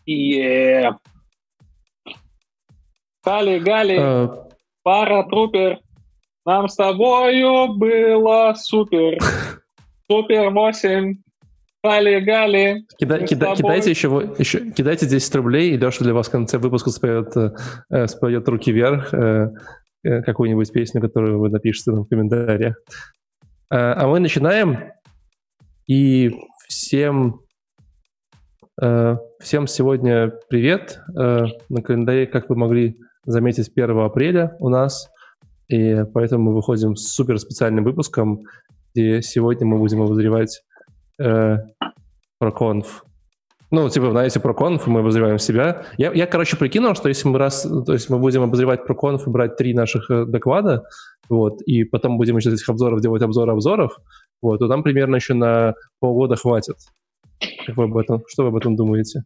Гали, паратрупер, нам с тобою было супер. Супер 8. Гали. Кидайте еще кидайте 10 рублей, и Леша для вас в конце выпуска споет «Руки вверх», какую-нибудь песню, которую вы напишете в комментариях. А мы начинаем. И всем сегодня привет. На календаре, как вы могли заметить, 1 апреля у нас. И поэтому мы выходим с супер специальным выпуском, где сегодня мы будем обозревать ProConf. Ну, типа, знаете, ProConf, мы обозреваем себя. Я, короче, прикинул, что если мы будем обозревать ProConf и брать 3 наших доклада, вот, и потом будем из этих обзоров делать обзоры обзоров, вот, то там примерно еще на полгода хватит. Что вы об этом думаете?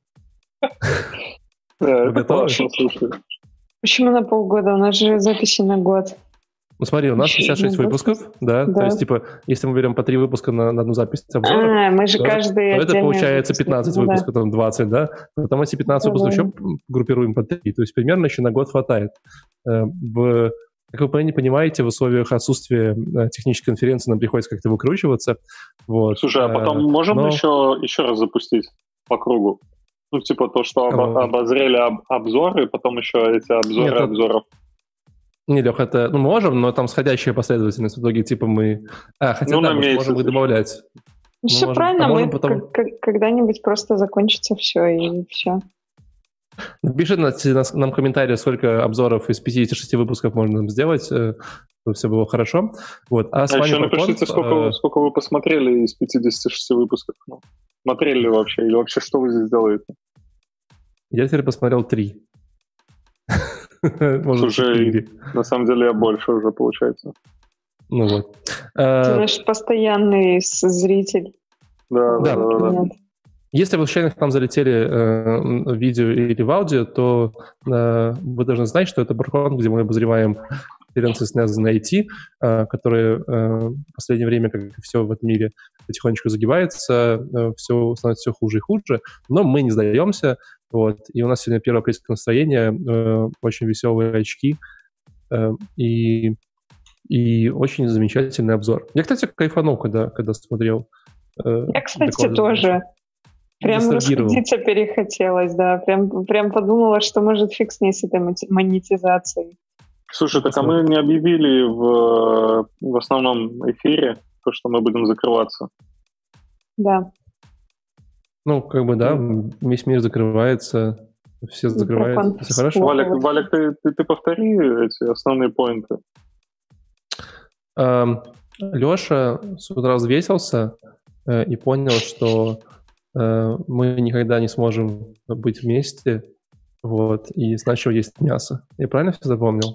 Вы готовы? Почему на полгода? У нас же записи на год. Ну смотри, у нас 56 выпусков, да, то есть, типа, если мы берем по 3 выпуска на одну запись обзора, мы же каждый то это получается 15 выпусков, там 20, да, потом эти 15 выпусков еще группируем по 3, то есть примерно еще на год хватает. Как вы понимаете, в условиях отсутствия технической конференции нам приходится как-то выкручиваться. Вот. Слушай, а потом можем еще раз запустить по кругу? Ну, типа то, что обозрели обзоры, потом еще эти обзоры обзоров. Не, Лех, это можем, но там сходящая последовательность. В итоге, типа, мы... хотя мы можем их добавлять. Ну, все правильно, мы потом... когда-нибудь просто закончится все, и все. Напишите нам в комментариях, сколько обзоров из 56 выпусков можно сделать, чтобы все было хорошо. Вот. А еще напишите, сколько вы посмотрели из 56 выпусков. Смотрели ли вообще? Или вообще что вы здесь делаете? Я теперь посмотрел 3. Может, уже, на самом деле, я больше уже, получается. Ну вот. Ты наш постоянный зритель. Да. Если вы случайно к нам залетели в видео или в аудио, то вы должны знать, что это ProConf, где мы обозреваем конференции, связанные с IT, которые в последнее время, как и все в этом мире, потихонечку загибается, все становится все хуже и хуже, но мы не сдаемся. Вот. И у нас сегодня 1 апрельское настроение, очень веселые очки и очень замечательный обзор. Я, кстати, кайфанул, когда смотрел. Я, кстати, тоже. Прям расходиться перехотелось, да. Прям подумала, что может фиг с ней с этой монетизацией. Слушай, так а мы не объявили в основном эфире то, что мы будем закрываться? Да. Ну, как бы, да, весь мир закрывается, все закрываются, все хорошо. Валик, ты повтори эти основные поинты. Леша с утра взвесился и понял, что мы никогда не сможем быть вместе, вот, и начал есть мясо. Я правильно все запомнил?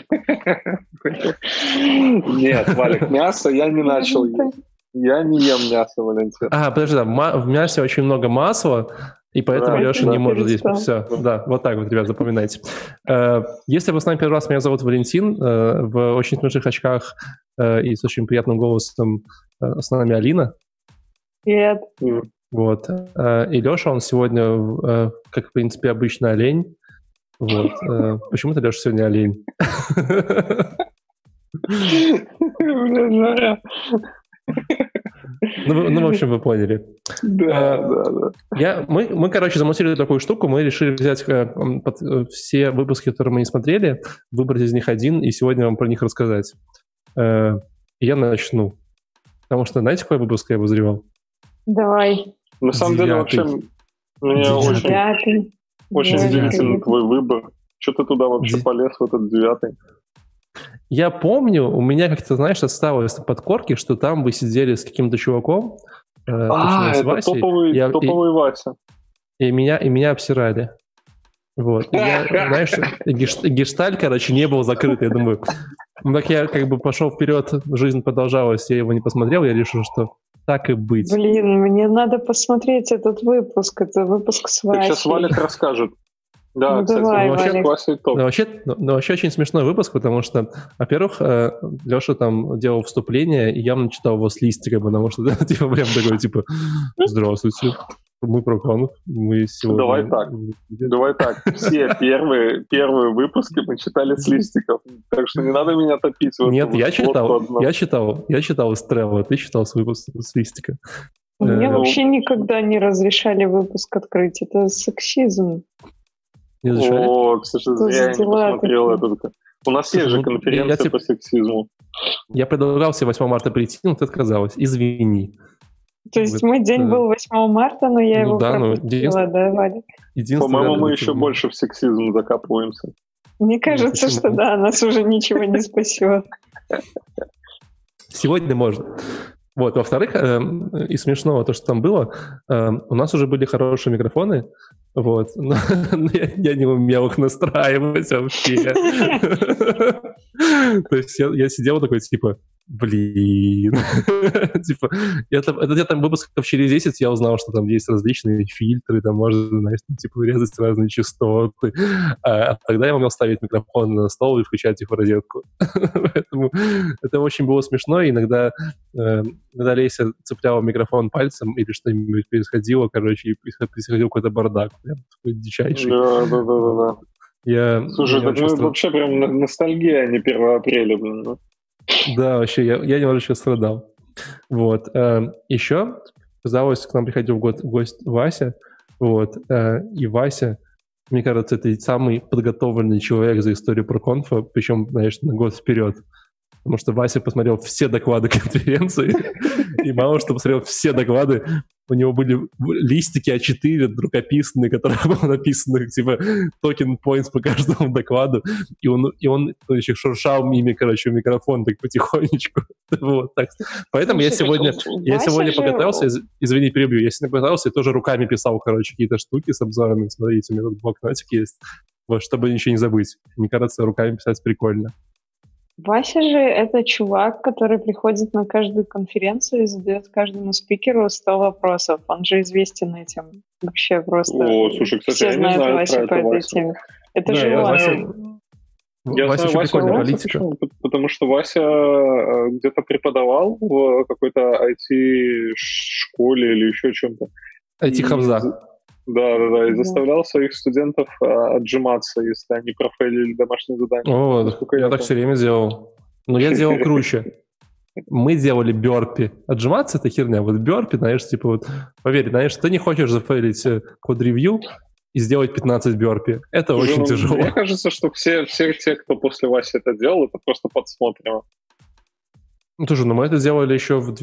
Нет, Валик, мясо я не начал есть. Я не ем мясо, Валентин. Подожди, в мясе очень много масла, и поэтому Леша не может есть. Все, да, вот так вот, ребят, запоминайте. Если вы с нами первый раз, меня зовут Валентин, в очень смешных очках и с очень приятным голосом с нами Алина. Привет. Вот. И Леша, он сегодня, как, в принципе, обычно олень. Вот. Почему-то Леша сегодня олень. Ну, в общем, вы поняли. Да. Мы, короче, замутили такую штуку, мы решили взять все выпуски, которые мы не смотрели, выбрать из них один, и сегодня вам про них рассказать. Я начну. Потому что, знаете, какой выпуск я обозревал? Давай. На самом деле, вообще, мне очень удивительный твой выбор. Что ты туда вообще полез, в этот 9-й? Я помню, у меня как-то, знаешь, осталось на подкорке, что там вы сидели с каким-то чуваком. Это Васей, топовый Вася. И меня обсирали. Вот. Знаешь, гештальт, короче, не был закрыт. Я думаю, так я как бы пошел вперед, жизнь продолжалась, я его не посмотрел, я решил, что так и быть. Блин, мне надо посмотреть этот выпуск. Это выпуск с Васей. Сейчас Валик расскажет. Да, ну, кстати, давай, вообще очень смешной выпуск, потому что, во-первых, Леша там делал вступление и явно читал его с листика, потому что, типа, прям такой, типа, здравствуйте, мы ProConf, мы сегодня... Давай так. Все первые выпуски мы читали с листиков, так что не надо меня топить. Нет, я читал из Trello, ты читал с выпуска с листика. Мне вообще никогда не разрешали выпуск открыть, это сексизм. Не разрешали? О, кстати, я не посмотрел это. У нас есть же конференция по сексизму. Я предлагал себе 8 марта прийти, но ты отказалась. Извини. То есть мой день был 8 марта, но я его пропустила, да, Валя? По-моему, мы еще больше в сексизм закапываемся. Мне кажется, что да, нас уже ничего не спасет. Сегодня можно. Вот, во-вторых, и смешного то, что там было, у нас уже были хорошие микрофоны, вот, но я не умел их настраивать вообще. То есть я сидел такой, типа, блин. Типа, это где-то выпусков через 10 я узнал, что там есть различные фильтры, там можно, знаешь, типа, вырезать разные частоты. А тогда я умел ставить микрофон на стол и включать их в розетку. Поэтому это очень было смешно. И иногда Леся цепляла микрофон пальцем или что-нибудь происходило, короче, и происходил какой-то бардак. Прям такой дичайший. Да. Слушай, так мы вообще прям ностальгия, а не 1 апреля, блин. Да, вообще, я немножечко страдал. Вот. Еще, казалось, к нам приходил в гость Вася, вот, и Вася, мне кажется, это самый подготовленный человек за историю ProConf, причем, знаешь, на год вперед. Потому что Вася посмотрел все доклады конференции, и мало что посмотрел все доклады, у него были листики А4 рукописные, которые были написаны, типа, токен points по каждому докладу, и он еще шуршал ими, короче, в микрофон так потихонечку. Вот, так. Поэтому я сегодня подготовился, извини, перебью, я сегодня подготовился и тоже руками писал, короче, какие-то штуки с обзорами. Смотрите, у меня тут блокнотик есть, вот, чтобы ничего не забыть. Мне кажется, руками писать прикольно. Вася же это чувак, который приходит на каждую конференцию и задает каждому спикеру 100 вопросов. Он же известен этим. Вообще просто... О, слушай, кстати, все я знают не знаю Васю по этой теме. Это же он. Я знаю Васю политика. Потому что Вася где-то преподавал в какой-то IT-школе или еще чем-то. IT-хабза. Да, и заставлял своих студентов отжиматься, если они профейлили домашнее задание. О, я так все время делал. Но я делал круче. Мы делали бёрпи. Отжиматься — это херня. Вот бёрпи, знаешь, типа вот, поверь, знаешь, ты не хочешь зафейлить код-ревью и сделать 15 бёрпи. Это очень тяжело. Мне кажется, что все те, кто после Васи это делал, это просто подсмотрено. Ну, тоже, но мы это делали еще в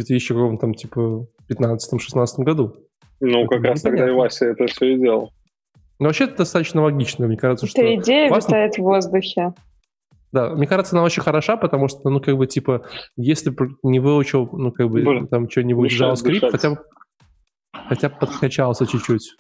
2015-16 году. Ну, как раз тогда и Вася это все и делал. Ну, вообще это достаточно логично, мне кажется, что... Эта идея витает в воздухе. Да, мне кажется, она очень хороша, потому что, ну, как бы, типа, если бы не выучил, ну, как бы, там, что-нибудь JavaScript, хотя бы подкачался чуть-чуть.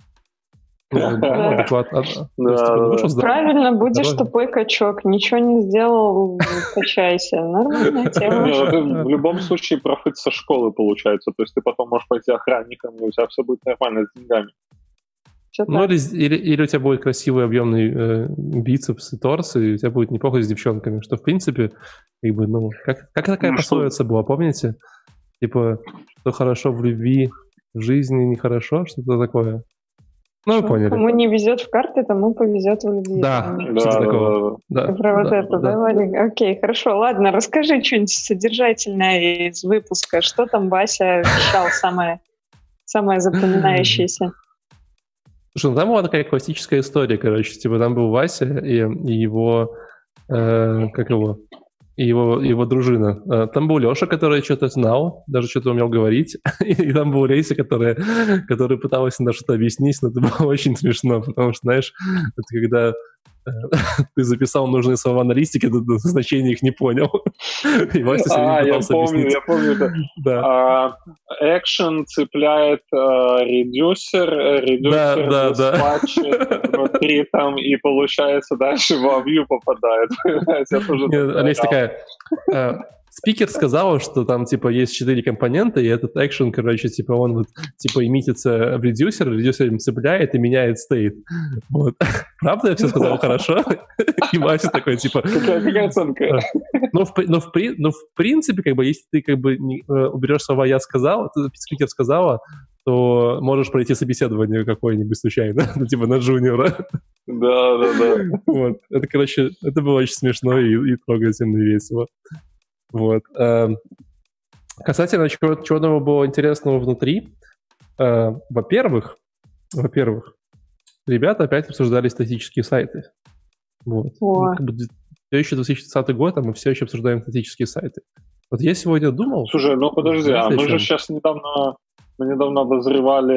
Правильно, будешь тупой качок, ничего не сделал, качайся. Нормальная тема. В любом случае профит со школы получается, то есть ты потом можешь пойти охранником, и у тебя все будет нормально с деньгами. Ну, или у тебя будет красивый объемный бицепс и торс, и у тебя будет неплохо с девчонками, что, в принципе, как бы, ну, как такая пословица была, помните? Типа, что хорошо в любви, в жизни нехорошо, что-то такое. Ну, вы поняли. Кому не везет в карты, тому повезет в любви. Да, что-то такое. Ты про вот это, да, Валик? Окей, хорошо, ладно, расскажи что-нибудь содержательное из выпуска. Что там Вася вещал самое запоминающееся? Слушай, ну там была такая классическая история, короче. Типа там был Вася и его... его дружина. Там был Леша, который что-то знал, даже что-то умел говорить, и там был Леся, которая пыталась на что-то объяснить, но это было очень смешно, потому что, знаешь, это когда ты записал нужные слова на листике, ты значения их не понял. И Вася все время пытался объяснить. Я помню это. Да. Action цепляет редюсер диспатчит внутри там, и получается дальше во view попадает. Олеся такая... Спикер сказал, что там, типа, есть 4 компонента, и этот экшен, короче, типа, он вот, типа, эмитится в редюсер им цепляет и меняет стейт. Вот. Правда я все сказал хорошо? И Вася такой, типа... Какая оценка? Ну, в принципе, как бы, если ты, как бы, уберешь слова «я сказал», спикер сказала, то можешь пройти собеседование какое-нибудь случайно, ну, типа на джуниора. Да. Вот. Это, короче, это было очень смешно и трогательно, и весело. Вот. Касательно чего нового было интересного внутри, во-первых, ребята опять обсуждали статические сайты. Вот. Ну, как бы 2020 год, а мы все еще обсуждаем статические сайты. Вот я сегодня думал... Слушай, ну подожди, а мы же сейчас недавно обозревали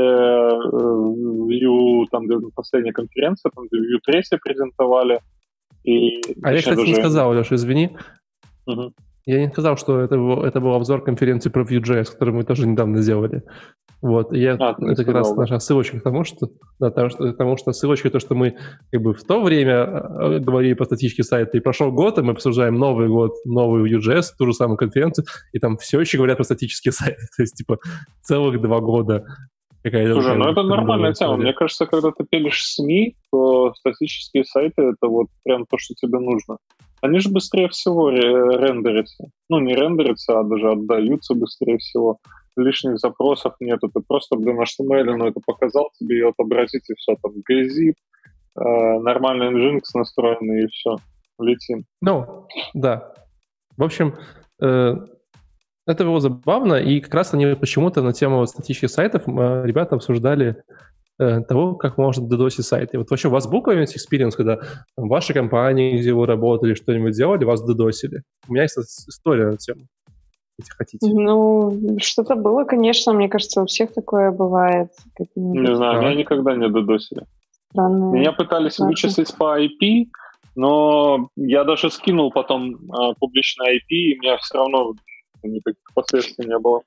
Vue, там, где последняя конференция, там, где Vue 3 презентовали. И, я, кстати, не сказал, Леша, извини. Угу. Я не сказал, что это был обзор конференции про Vue.js, которую мы тоже недавно сделали. Вот, это как раз наша ссылочка к тому, что ссылочка то, что мы как бы в то время говорили про статические сайты, и прошел год, и мы обсуждаем Новый год, новую Vue.js, ту же самую конференцию, и там все еще говорят про статические сайты, то есть, типа, целых 2 года. Слушай, ну это нормальная тема. Мне кажется, когда ты пилишь СМИ, то статические сайты — это вот прям то, что тебе нужно. Они же быстрее всего рендерятся. Ну, не рендерятся, а даже отдаются быстрее всего. Лишних запросов нету. Ты просто, HTML, это показал тебе, ее отобразить, и все. Там gzip, нормальный Nginx настроенный, и все. Летим. Ну, да. В общем, это было забавно, и как раз они почему-то на тему статических сайтов ребята обсуждали того, как можно додосить сайты. Вот вообще у вас был какой-нибудь экспириенс, когда в вашей компании, где вы работали, что-нибудь делали, вас додосили? У меня есть история на тему, если хотите. Ну, что-то было, конечно. Мне кажется, у всех такое бывает. Не знаю, меня никогда не додосили. Странно. Меня пытались вычислить по IP, но я даже скинул потом публичное IP, и у меня все равно никаких последствий не было.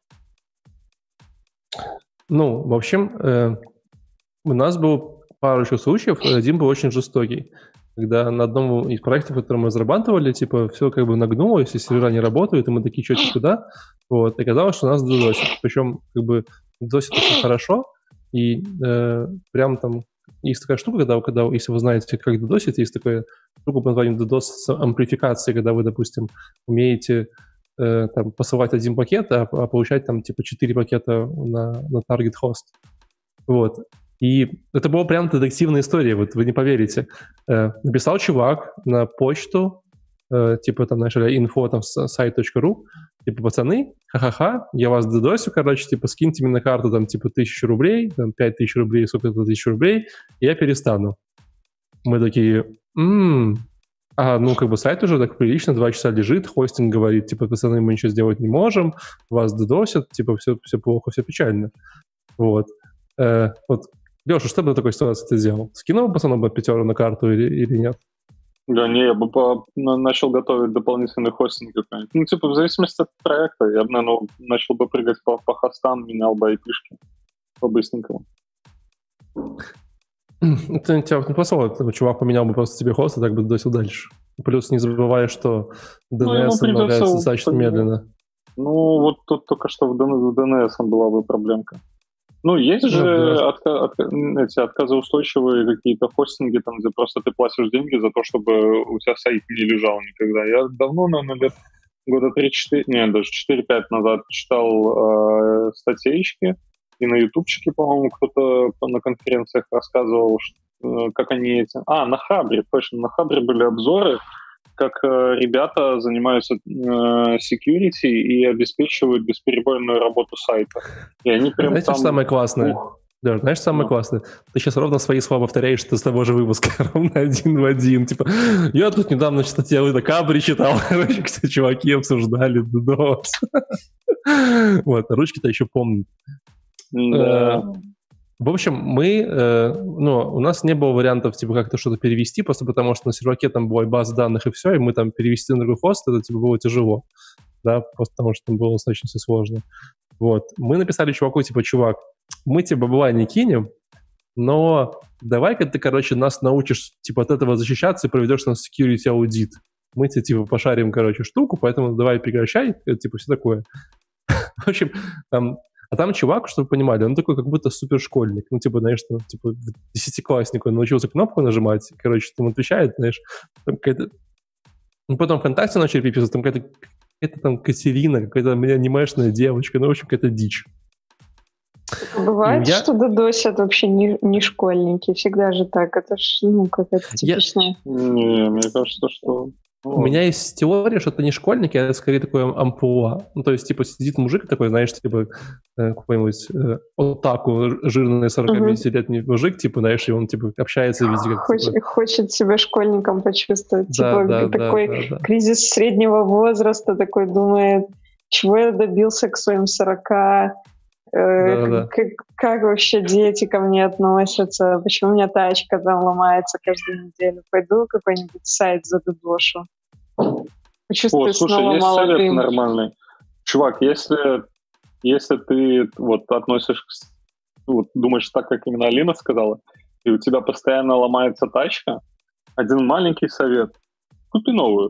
Ну, в общем, у нас было парочку случаев, один был очень жестокий. Когда на одном из проектов, который мы разрабатывали, типа, все как бы нагнулось, и сервера не работают, и мы такие, что куда? Вот, и оказалось, что нас додосят. Причем, как бы, додосят очень хорошо, и прям там есть такая штука, когда, если вы знаете, как додосить, есть такая штука под названием DDoS с амплификацией, когда вы, допустим, умеете там, посылать один пакет, а получать там типа 4 пакета на target host. Вот. И это была прям детективная история, вот вы не поверите. Написал чувак на почту, типа там, знаешь, info там site.ru, типа, пацаны, ха-ха-ха, я вас додосю, короче, типа, скиньте мне на карту там типа 1000 рублей, там 5000 рублей, сколько-то 1000 рублей, и я перестану. Мы такие, ну, как бы сайт уже так прилично, 2 часа лежит, хостинг говорит, типа, пацаны, мы ничего сделать не можем, вас додосят, типа, все плохо, все печально. Вот. Вот, Леша, что бы в такой ситуации ты сделал? Скинул пацану бы 5 на карту или нет? Да не, я бы начал готовить дополнительный хостинг какой-нибудь. Ну, типа, в зависимости от проекта, я бы, наверное, начал бы прыгать по хостам, менял бы IP-шки по-быстренькому. Это тебя не посылает, чувак поменял бы просто тебе хост, и так бы досил дальше. Плюс не забывай, что DNS обновляется достаточно медленно. Ну, вот тут только что в DNS была бы проблемка. Ну, есть же эти отказоустойчивые какие-то хостинги, там, где просто ты платишь деньги за то, чтобы у тебя сайт не лежал никогда. Я давно, наверное, года 3-4, не, даже 4-5 назад читал статейки, и на ютубчике, по-моему, кто-то на конференциях рассказывал, как они эти... на Хабре, точно, на Хабре были обзоры, как ребята занимаются security и обеспечивают бесперебойную работу сайта. И они прям знаете, там... что самое классное? Да, знаешь, самое классное? Ты сейчас ровно свои слова повторяешь, что с того же выпуска, ровно один в один. Типа, я тут недавно статью на Хабре читал, короче, все чуваки обсуждали DDoS. Вот, ручки-то еще помнят. Да. В общем, у нас не было вариантов, типа, как-то что-то перевести, просто потому что на серваке там была база данных и все, и мы там перевести на другой хост, это, типа, было тяжело, да, просто потому что там было достаточно все сложно. Вот. Мы написали чуваку, типа, чувак, мы тебе бабла не кинем, но давай-ка ты, короче, нас научишь, типа, от этого защищаться и проведешь на security аудит. Мы тебе, типа, пошарим, короче, штуку, поэтому давай прекращай, типа, все такое. В общем, там чувак, чтобы вы понимали, он такой как будто супершкольник. Ну, типа, знаешь, там, типа, 10-классник, он научился кнопку нажимать, короче, там отвечает, знаешь, там какая-то... Ну, потом ВКонтакте начали переписываться, там какая-то там Катерина, какая-то анимешная девочка, ну, в общем, какая-то дичь. бывает, что додосят вообще не школьники? Всегда же так. Это ж, какая-то типичная... Не, мне кажется, что... У меня есть теория, что это не школьники, а это скорее такое амплуа. Ну, то есть, типа, сидит мужик такой, знаешь, типа, какой-нибудь отаку, жирный 45-летний мужик, типа, знаешь, и он, типа, общается, видите, как... Хочет себя школьником почувствовать. Типа, такой кризис среднего возраста, такой думает, чего я добился к своим 40, как вообще дети ко мне относятся, почему у меня тачка там ломается каждую неделю. Пойду какой-нибудь сайт задодошу. Почувствую снова есть молодым. совет нормальный. Чувак, если ты вот относишься, думаешь так, как именно Алина сказала, и у тебя постоянно ломается тачка, один маленький совет. Купи новую.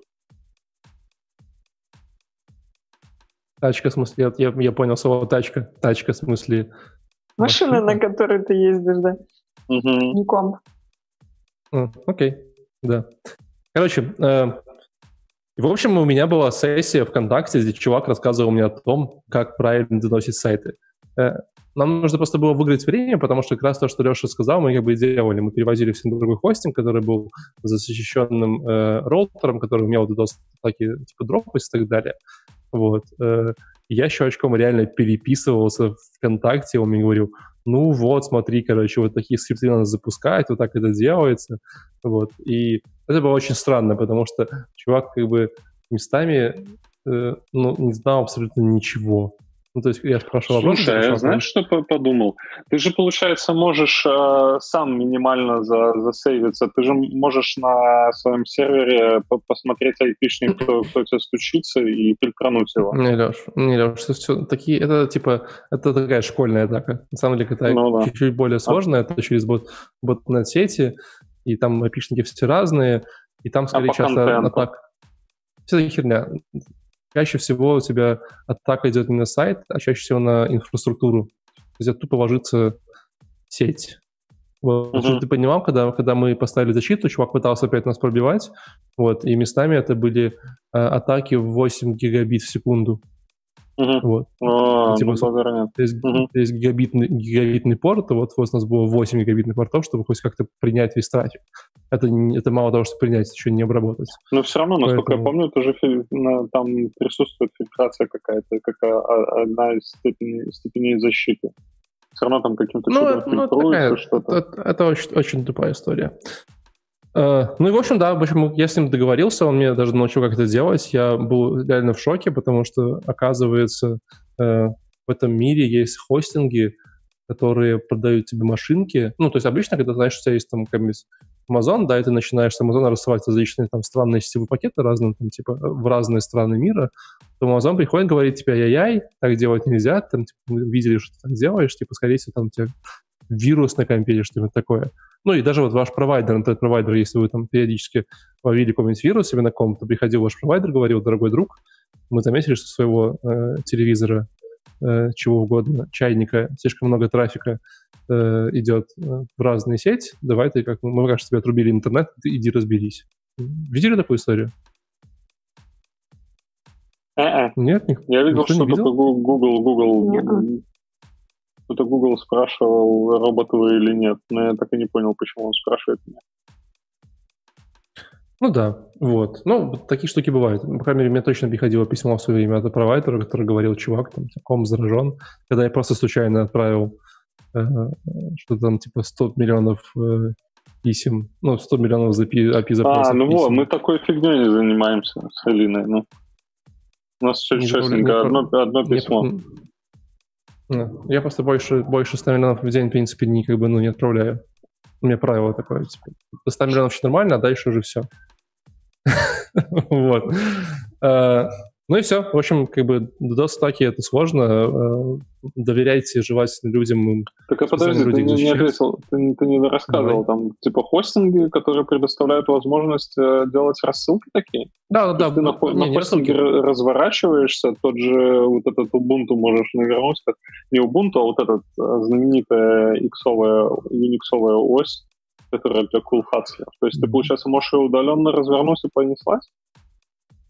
Тачка, в смысле, я понял слово тачка. Тачка, в смысле... Машина, на которой ты ездишь, да? Не комп. Окей, да. Короче, в общем, у меня была сессия ВКонтакте, где чувак рассказывал мне о том, как правильно доносить сайты. Нам нужно просто было выиграть время, потому что как раз то, что Леша сказал, мы как бы делали. Мы перевозили все на другой хостинг, который был защищенным роутером, который умел доступ такие, типа дропать и так далее. Вот. Я с чувачком реально переписывался ВКонтакте, он мне говорил, ну вот, смотри, короче, вот такие скрипты надо запускать, вот так это делается. Вот. И это было очень странно, потому что чувак как бы местами не знал абсолютно ничего. Ну, то есть я спрашивал вопрос. Слушай, я знаешь, что подумал? Ты же, получается, можешь сам минимально засейвиться. Ты же можешь на своем сервере посмотреть айпишник, кто тебе стучится, и фильтрануть его. Не, Леш, это такая школьная атака. На самом деле, это чуть-чуть более сложная. Это через ботнет-сети, и там айпишники все разные, и там, скорее, часто атака. Вся эта херня. Чаще всего у тебя атака идет не на сайт, а чаще всего на инфраструктуру. То есть это тупо ложится сеть. Вот. Чтобы ты понимал, когда мы поставили защиту, чувак пытался опять нас пробивать, вот, и местами это были атаки в 8 гигабит в секунду. Вот. Есть гигабитный порт, вот у нас было 8 гигабитных портов, чтобы хоть как-то принять весь трафик. Это мало того, что принять, еще не обработать. Но все равно, насколько я помню, тоже там присутствует фильтрация какая-то, как одна из степеней защиты. Все равно там каким-то чудом фильтруется что-то. Это очень, очень тупая история. Ну и, в общем, да, я с ним договорился, он мне даже научил, как это делать. Я был реально в шоке, потому что, оказывается, в этом мире есть хостинги, которые продают тебе машинки. Ну, то есть обычно, когда, знаешь, у тебя есть там какой-нибудь Amazon, да, и ты начинаешь с Amazon рассылать различные там странные сетевые пакеты разные, там, типа, в разные страны мира, то Amazon приходит, говорит тебе, ай-яй, так делать нельзя, там, типа, мы видели, что ты так делаешь, типа, скорее всего, там, у тебя вирус на компе или что-нибудь такое. Ну и даже вот ваш провайдер, интернет-провайдер, если вы там периодически ловили какой-нибудь вирус себе на ком-то, приходил ваш провайдер, говорил, дорогой друг, мы заметили, что своего телевизора, чего угодно, чайника, слишком много трафика идет в разные сети, давай ты, как мы, кажется, тебе отрубили интернет, ты иди разберись. Видели такую историю? Нет? Я видел, что только Google... Кто-то Google спрашивал, робот вы или нет, но я так и не понял, почему он спрашивает меня. Ну да, вот. Ну, такие штуки бывают. По крайней мере, мне точно приходило письмо в свое время от провайдера, который говорил, чувак, там, ком заражен. Когда я просто случайно отправил что-то там, типа, 100 миллионов писем, 100 миллионов API запросов. Мы такой фигней не занимаемся с Алиной, ну. У нас все честненько, одно письмо. Я просто больше 100 миллионов в день, в принципе, не отправляю. У меня правило такое, типа, до 100 миллионов все нормально, а дальше уже все. Вот. Ну и все. В общем, как бы DDoS-атаки — это сложно. Доверяйте желательно людям. Так, а подожди, ты не ответил, ты не рассказывал. Там, типа, хостинги, которые предоставляют возможность делать рассылки такие? Да. Ты на хостинге разворачиваешься, тот же вот этот Ubuntu можешь навернуть, не Ubuntu, а вот этот знаменитая Unix-овая ось, которая для Cool Hats. То есть ты, получается, можешь ее удаленно развернуть и понеслась?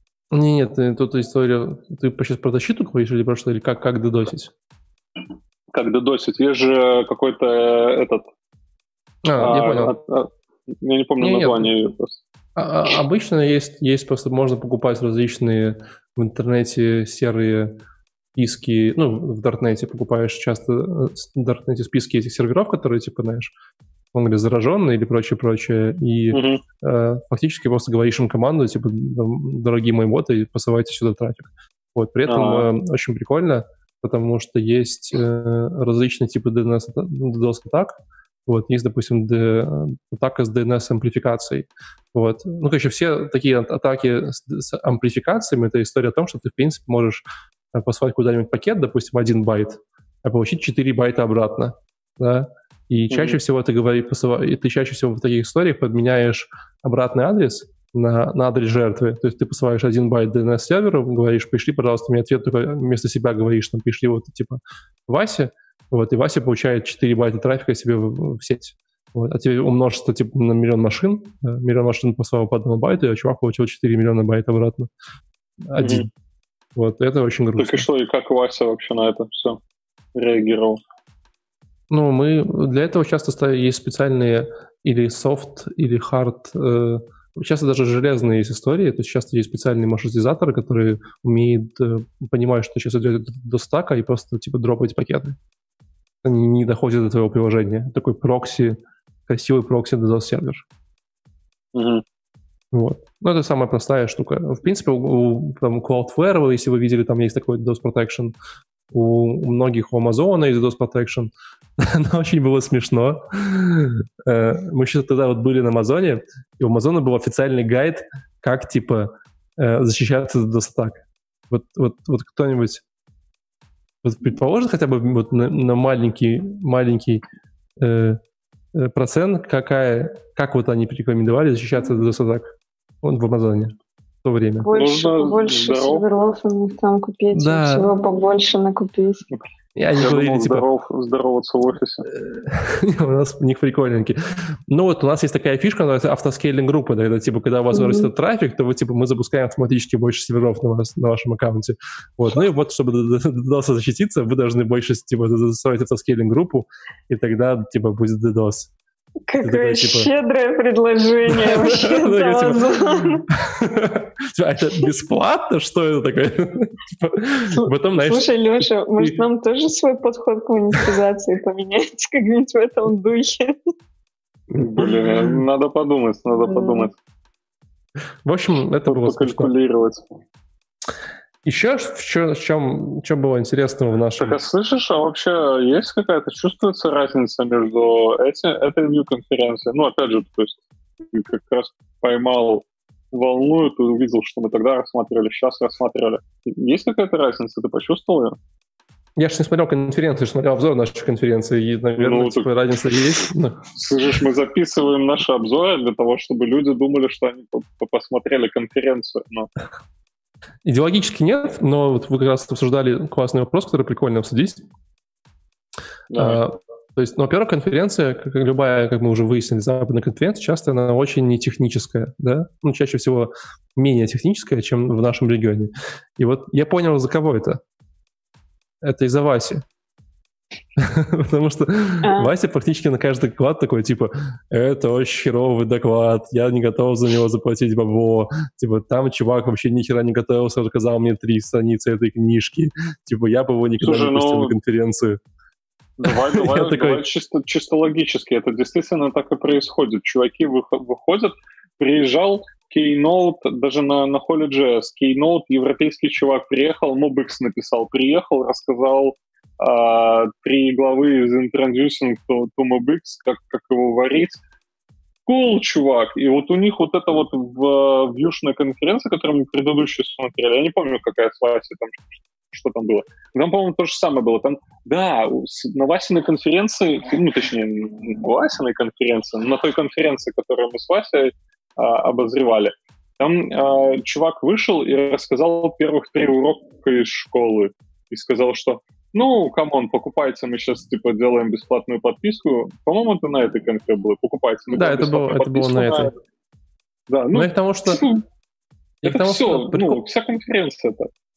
Нет, тут история... Ты сейчас про защиту говоришь или про что? Или как додосить? Как дедосить? Есть же какой-то этот... Я понял. Я не помню название. Обычно есть просто можно покупать различные в интернете серые списки, в Даркнете покупаешь часто в Даркнете списки этих серверов, которые, типа, знаешь, он говорит, зараженные или прочее, и фактически просто говоришь им команду, типа, дорогие мои боты, посылайте сюда трафик. Вот, при этом очень прикольно, потому что есть различные типы DDoS-атак. Вот, есть, допустим, атака с DNS-амплификацией. Вот. Короче, все такие атаки с амплификациями — это история о том, что ты, в принципе, можешь послать куда-нибудь пакет, допустим, 1 байт, а получить 4 байта обратно. Да? И чаще всего ты чаще всего в таких историях подменяешь обратный адрес на адрес жертвы. То есть ты посылаешь 1 байт DNS-серверу, говоришь, пришли, пожалуйста, мне ответ, только вместо себя говоришь, там, пришли вот, типа, Васе, вот, и Вася получает 4 байта трафика себе в сеть. Вот, а тебе умножится, типа, на миллион машин. Миллион машин послал по 1 байту, а чувак получил 4 миллиона байт обратно. Один. Вот, это очень грустно. Так и что, и как Вася вообще на это все реагировал? Мы для этого часто есть специальные или софт, или хард, часто даже железные есть истории, то есть часто есть специальные маршрутизаторы, которые понимают, что сейчас идет до стака, и просто, типа, дропать пакеты. Они не доходят до твоего приложения. Такой прокси, красивый прокси DDoS-сервер. Вот. Это самая простая штука. В принципе, у Cloudflare, если вы видели, там есть такой DDoS Protection. У многих, у Amazon есть DDoS Protection. Но очень было смешно. Мы еще тогда вот были на Амазоне, и у Амазона был официальный гайд, как, типа, защищаться от DDoS-атак. Вот кто-нибудь предположит хотя бы вот на маленький процент, как вот они порекомендовали защищаться от DDoS-атак в Амазоне в то время. Больше серверов у них там купить, всего побольше накупить. Я говорили, типа... здороваться в офисе. У них прикольненький. Вот у нас есть такая фишка, называется автоскейлинг группы. Это, типа, когда у вас вырастет трафик, то мы запускаем автоматически больше серверов на вашем аккаунте. Вот. И вот, чтобы DDoS защититься, вы должны больше, типа, строить автоскейлинг группу, и тогда, типа, будет DDoS. Какое щедрое предложение вообще. Это бесплатно? Что это такое? Слушай, Леша, может, нам тоже свой подход к монетизации поменять как-нибудь в этом духе? Блин, надо подумать. В общем, это было покалькулировать. Еще в чем было интересного в нашем... Так, а слышишь, а вообще есть какая-то, чувствуется разница между этой Vue-конференцией? Опять же, то есть ты как раз поймал волну, ты увидел, что мы тогда рассматривали, сейчас рассматривали. Есть какая-то разница? Ты почувствовал ее? Я же не смотрел конференцию, я смотрел обзор нашей конференции, и, наверное, разница есть. Слышишь, мы записываем наши обзоры для того, чтобы люди думали, что они посмотрели конференцию. Идеологически нет, но вот вы как раз обсуждали классный вопрос, который прикольно обсудить. То есть, во-первых, конференция, как любая, как мы уже выяснили, западная конференция, часто она очень нетехническая, да? Чаще всего менее техническая, чем в нашем регионе. И вот я понял, за кого это. Это из-за Васи. Потому что Вася практически на каждый доклад такой, типа, это очень херовый доклад, я не готов за него заплатить бабло, типа, там чувак вообще ни хера не готовился, рассказал мне 3 страницы этой книжки, типа, я бы его никогда не пустил на конференцию. Давай чисто логически, это действительно так и происходит. Чуваки выходят, приезжал Keynote, даже на Holy.js, Keynote, европейский чувак приехал, MobX написал, приехал, рассказал 3 главы из Introducing to MobX, как его варить. Cool, чувак. И вот у них вот это вот в Vue-шной конференции, которую мы предыдущую смотрели, я не помню, какая с Васей, там, что там было. Там, по-моему, то же самое было. Там, да, на Васиной конференции, точнее, не на Васиной конференции, но на той конференции, которую мы с Васей обозревали, там чувак вышел и рассказал первых 3 урока из школы. И сказал, что камон, покупайте, мы сейчас, типа, делаем бесплатную подписку. По-моему, это на этой конфе было. Покупайте. Да, это было на этой. Да, потому что... Это все, вся конференция-то.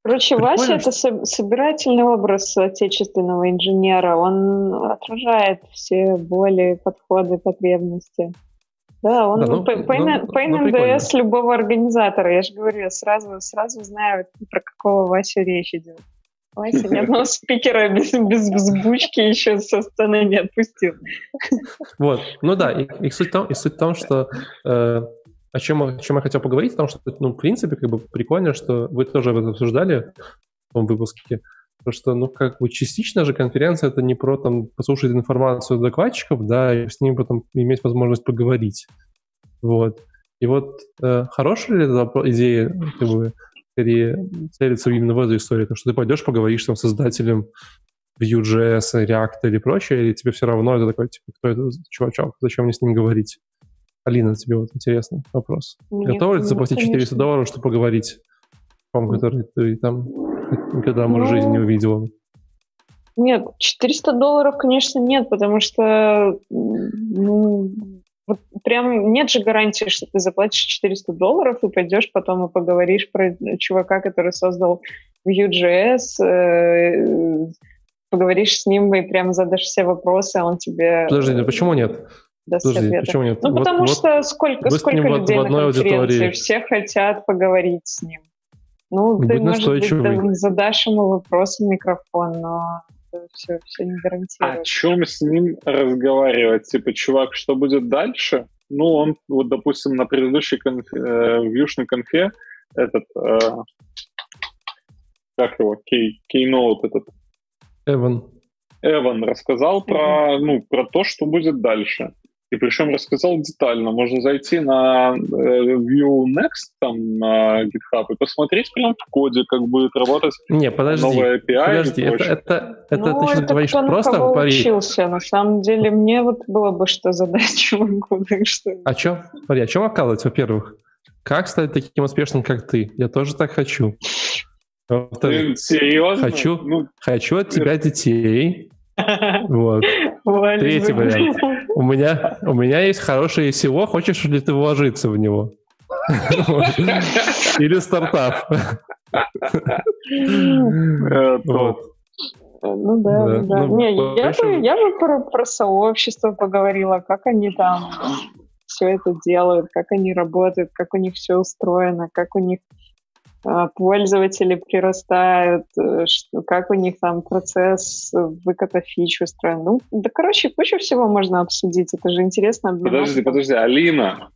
Короче, Вася — это собирательный образ отечественного инженера. Он отражает все боли, подходы, потребности. Да, он pain НДС любого организатора. Я же говорю, я сразу знаю, про какого Васю речь идет. Вася ни одного спикера без взбучки еще со сцены не отпустил. Вот, ну да, и суть в том, что о чем я хотел поговорить, потому что, ну, в принципе, как бы прикольно, что вы тоже об этом обсуждали в том выпуске, потому что, ну, как бы частично же конференция — это не про, там, послушать информацию докладчиков, да, и с ними потом иметь возможность поговорить. Вот. И вот хорошая ли эта идея, как бы, скорее целится именно в этой истории, то, что ты пойдешь, поговоришь там с создателем Vue.js, React или прочее, и тебе все равно это такой, типа, кто это чувачок, зачем мне с ним говорить? Алина, тебе вот интересный вопрос. Готова ли ты заплатить $400, чтобы поговорить, который ты там никогда, может, в жизни не увидела? Нет, $400, конечно, нет, потому что вот прям нет же гарантии, что ты заплатишь $400 и пойдешь потом и поговоришь про чувака, который создал Vue.js, поговоришь с ним и прям задашь все вопросы, а он тебе... Подожди, почему нет? Почему нет? Ну, потому что сколько людей на конференции, все хотят поговорить с ним. Ну, ты, может быть, задашь ему вопрос в микрофон, но все не гарантирует. О чем с ним разговаривать? Типа, чувак, что будет дальше? Ну, он, вот, допустим, на предыдущей вьюшной конфе как его, Keynote этот? Эван рассказал про то, что будет дальше. И причем рассказал детально. Можно зайти на Vue Next, там, на GitHub, и посмотреть прямо в коде, как будет работать новая API. Подожди, это ты сейчас говоришь просто в паре. Учился. На самом деле, мне вот было бы что задать чуваку. О чем окалывать, во-первых? Как стать таким успешным, как ты? Я тоже так хочу. Во-вторых, серьезно? Хочу от тебя детей. Вот. Третий вариант. У меня есть хорошее SEO, хочешь ли ты вложиться в него? Или стартап. Ну да. Не, я бы про сообщество поговорила, как они там все это делают, как они работают, как у них все устроено, как у них пользователи прирастают, как у них там процесс выката фич устроен. Ну, да, короче, кучу всего можно обсудить. Это же интересно. Подожди, Алина,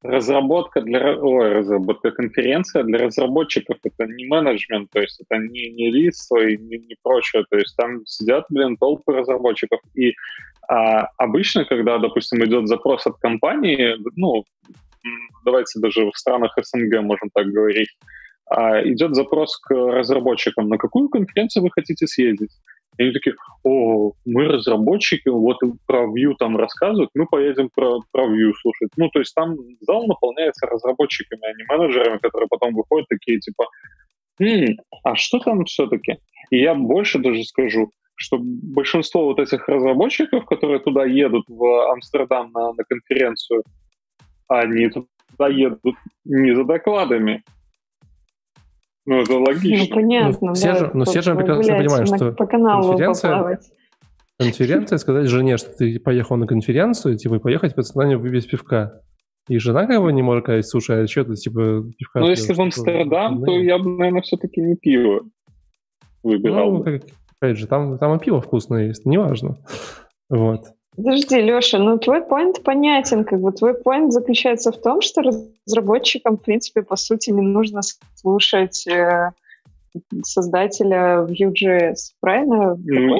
конференция для разработчиков — это не менеджмент, то есть это не лисо и не прочее, то есть там сидят, толпы разработчиков. И обычно, когда, допустим, идет запрос от компании, ну, давайте даже в странах СНГ можем так говорить, идет запрос к разработчикам, на какую конференцию вы хотите съездить? И они такие: мы разработчики, вот про Vue там рассказывают, мы поедем про Vue слушать. Ну, то есть там зал наполняется разработчиками, а не менеджерами, которые потом выходят такие, типа, а что там все-таки? И я больше даже скажу, что большинство вот этих разработчиков, которые туда едут, в Амстердам на конференцию, они туда едут не за докладами. Ну, это логично. Ну, понятно, все же прекрасно понимают, что конференция, сказать жене, что ты поехал на конференцию, типа, поехать пацанами выпить пивка. И жена как бы не может сказать: слушай, а что ты, типа, пивка... Ну, если в Амстердам, то я бы, наверное, все-таки не пиво выбирал. Ну, опять же, там и пиво вкусное есть, неважно. Вот. Подожди, Леша, ну твой поинт понятен, как бы твой поинт заключается в том, что разработчикам, в принципе, по сути, не нужно слушать создателя Vue.js, правильно?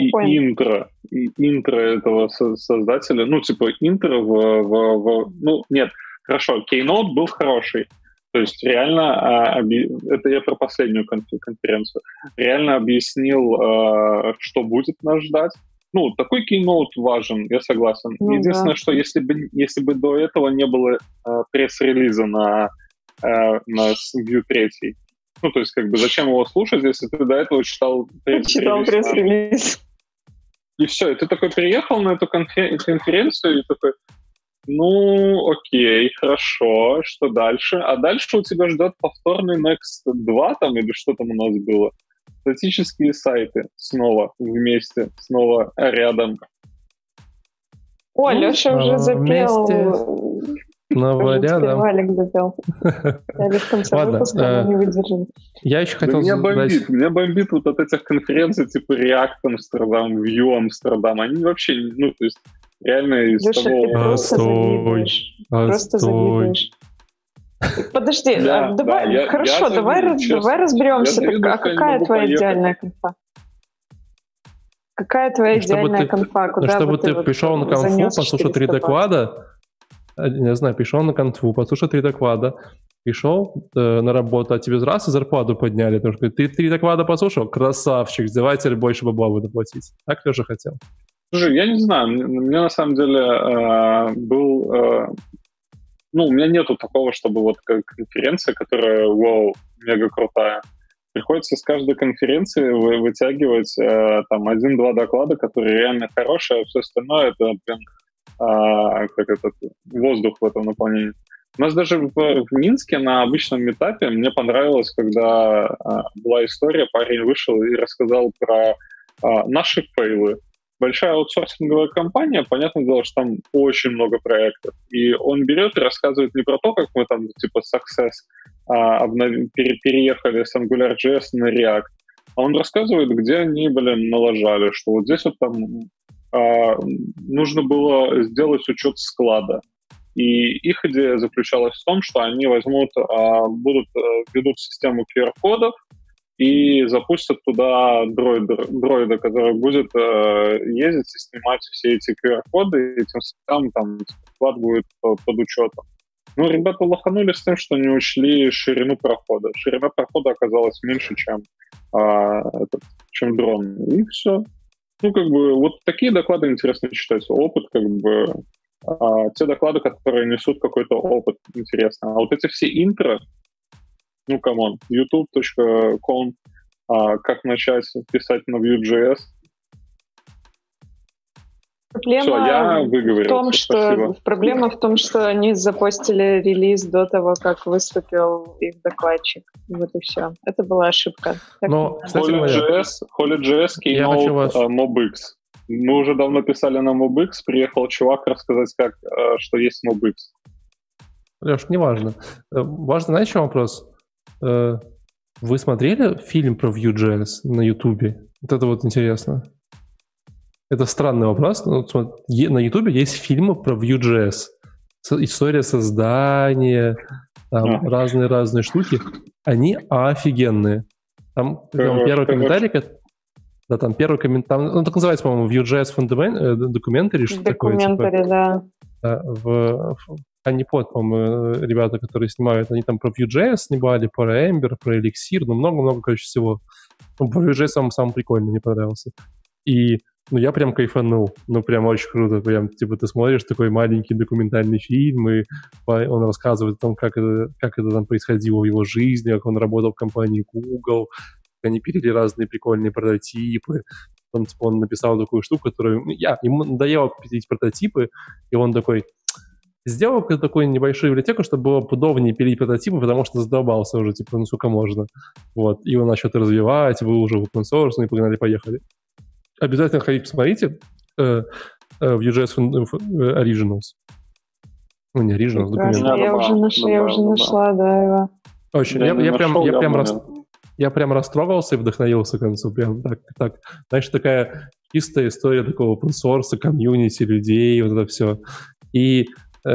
Интро этого создателя, ну, типа, интро ну, нет, хорошо, Keynote был хороший, то есть реально, это я про последнюю конференцию, реально объяснил, что будет нас ждать. Ну, такой Keynote важен, я согласен. Ну, единственное, что если бы до этого не было пресс-релиза на Vue 3, ну, то есть, как бы, зачем его слушать, если ты до этого читал пресс-релиз? И все, и ты такой приехал на эту конференцию и такой: Ну, окей, хорошо, что дальше? А дальше у тебя ждет повторный Next 2 там, или что там у нас было? Статические сайты снова вместе, снова рядом. О, Леша уже запел. Снова рядом. Валик запел. Я лишь в конце выпуска не выдержал. Я еще хотел задать... Меня бомбит вот от этих конференций типа React Амстердам, Vue Амстердам. Они вообще, ну, то есть реально из Леша, того... ты просто завидуешь. Просто завидуешь. Подожди, давай, хорошо, давай разберемся. А какая твоя идеальная конфа? Какая твоя идеальная конфа? Чтобы ты пришел на конфу, послушал 3 доклада, не знаю, пришел на конфу, послушал 3 доклада, пришел на работу, а тебе раз и зарплату подняли, потому что ты 3 доклада послушал, красавчик, давайте больше бабла буду платить. Так Леша хотел. Слушай, я не знаю, мне на самом деле у меня нету такого, чтобы вот конференция, которая, вау, мега крутая. Приходится с каждой конференции вытягивать там 1-2 доклада, которые реально хорошие, а все остальное это прям воздух в этом наполнении. У нас даже в Минске на обычном митапе мне понравилось, когда была история, парень вышел и рассказал про наши фейлы. Большая аутсорсинговая компания, понятное дело, что там очень много проектов. И он берет и рассказывает не про то, как мы там, типа, Success переехали с AngularJS на React, а он рассказывает, где они, налажали, что вот здесь вот там нужно было сделать учет склада. И их идея заключалась в том, что они возьмут, ведут систему QR-кодов, и запустят туда дроида, который будет ездить и снимать все эти QR-коды, и тем самым там склад будет под учетом. Ну, ребята лоханулись с тем, что не учли ширину прохода. Ширина прохода оказалась меньше, чем дрон. И все. Ну, вот такие доклады интересно читать. Опыт, те доклады, которые несут какой-то опыт, интересно. А вот эти все интро, ну, камон, youtube.com, как начать писать на Vue.js. Проблема в том, что они запостили релиз до того, как выступил их докладчик. Вот и все. Это была ошибка. Но, кстати, Holy.js Keynote MobX. Мы уже давно писали на MobX, приехал чувак рассказать, что есть MobX. Леш, не важно. Важно, знаешь, что вопрос? Вы смотрели фильм про Vue.js на Ютубе? Вот это вот интересно. Это странный вопрос. На Ютубе есть фильмы про Vue.js. История создания, там разные штуки. Они офигенные. Там первый комментарий... Да, там первый комментарий... Он так называется, по-моему, Vue.js Documentary, что такое. Documentary, да. Honeypot, по-моему, ребята, которые снимают, они там про Vue.js снимали, про Ember, про Elixir, много-много, короче, всего. Про Vue.js самый прикольный, мне понравился. И, я прям кайфанул. Прям очень круто. Прям, ты смотришь такой маленький документальный фильм, и он рассказывает о том, как это там происходило в его жизни, как он работал в компании Google, как они пилили разные прикольные прототипы. Потом, он написал такую штуку, которую... Ему надоело пилить прототипы, и он такой... Сделал такую небольшую библиотеку, чтобы было удобнее пилить прототипы, потому что задолбался уже, сколько можно. Вот. И он начал это развивать, был уже open source, и погнали-поехали. Обязательно ходите, посмотрите Vue.js Originals. Ну, не Originals, документы. Я уже нашла, да, его. Очень. Я прям растрогался и вдохновился к концу. Прям так. Знаешь, такая чистая история такого open source, комьюнити, людей, вот это все. И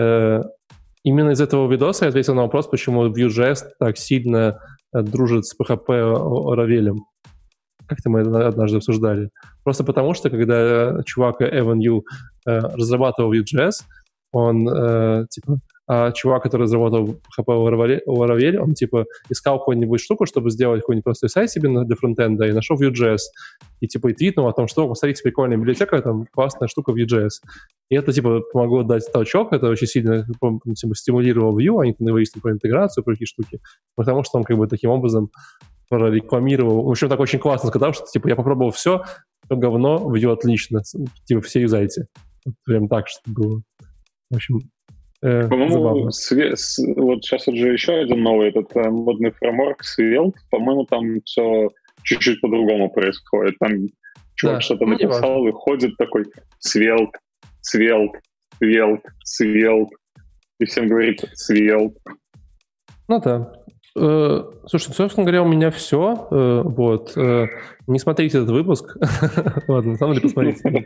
именно из этого видоса я ответил на вопрос, почему Vue.js так сильно дружит с PHP Laravel. Как-то мы это однажды обсуждали. Просто потому, что когда чувак Evan Yu разрабатывал Vue.js, он, чувак, который разработал PHP Laravel, он, искал какую-нибудь штуку, чтобы сделать какой-нибудь простой сайт себе для фронтенда, и нашел Vue.js. И, и твитнул о том, что, посмотрите, прикольная библиотека, там классная штука Vue.js. И это, помогло дать толчок, это очень сильно, стимулировало Vue, они выяснили про интеграцию, про такие штуки, потому что он, таким образом прорекламировал. В общем, так очень классно сказал, что, я попробовал все, говно, Vue отлично, все юзайте. Прям так, что было. В общем, по-моему, вот сейчас вот же еще один новый этот модный фреймворк Svelte, по-моему, там все чуть-чуть по-другому происходит. Там чувак что-то написал и ходит такой Svelte, и всем говорит Svelte. Ну да. Слушай, собственно говоря, у меня все. Вот. Не смотрите этот выпуск. Ладно, на самом деле посмотрите.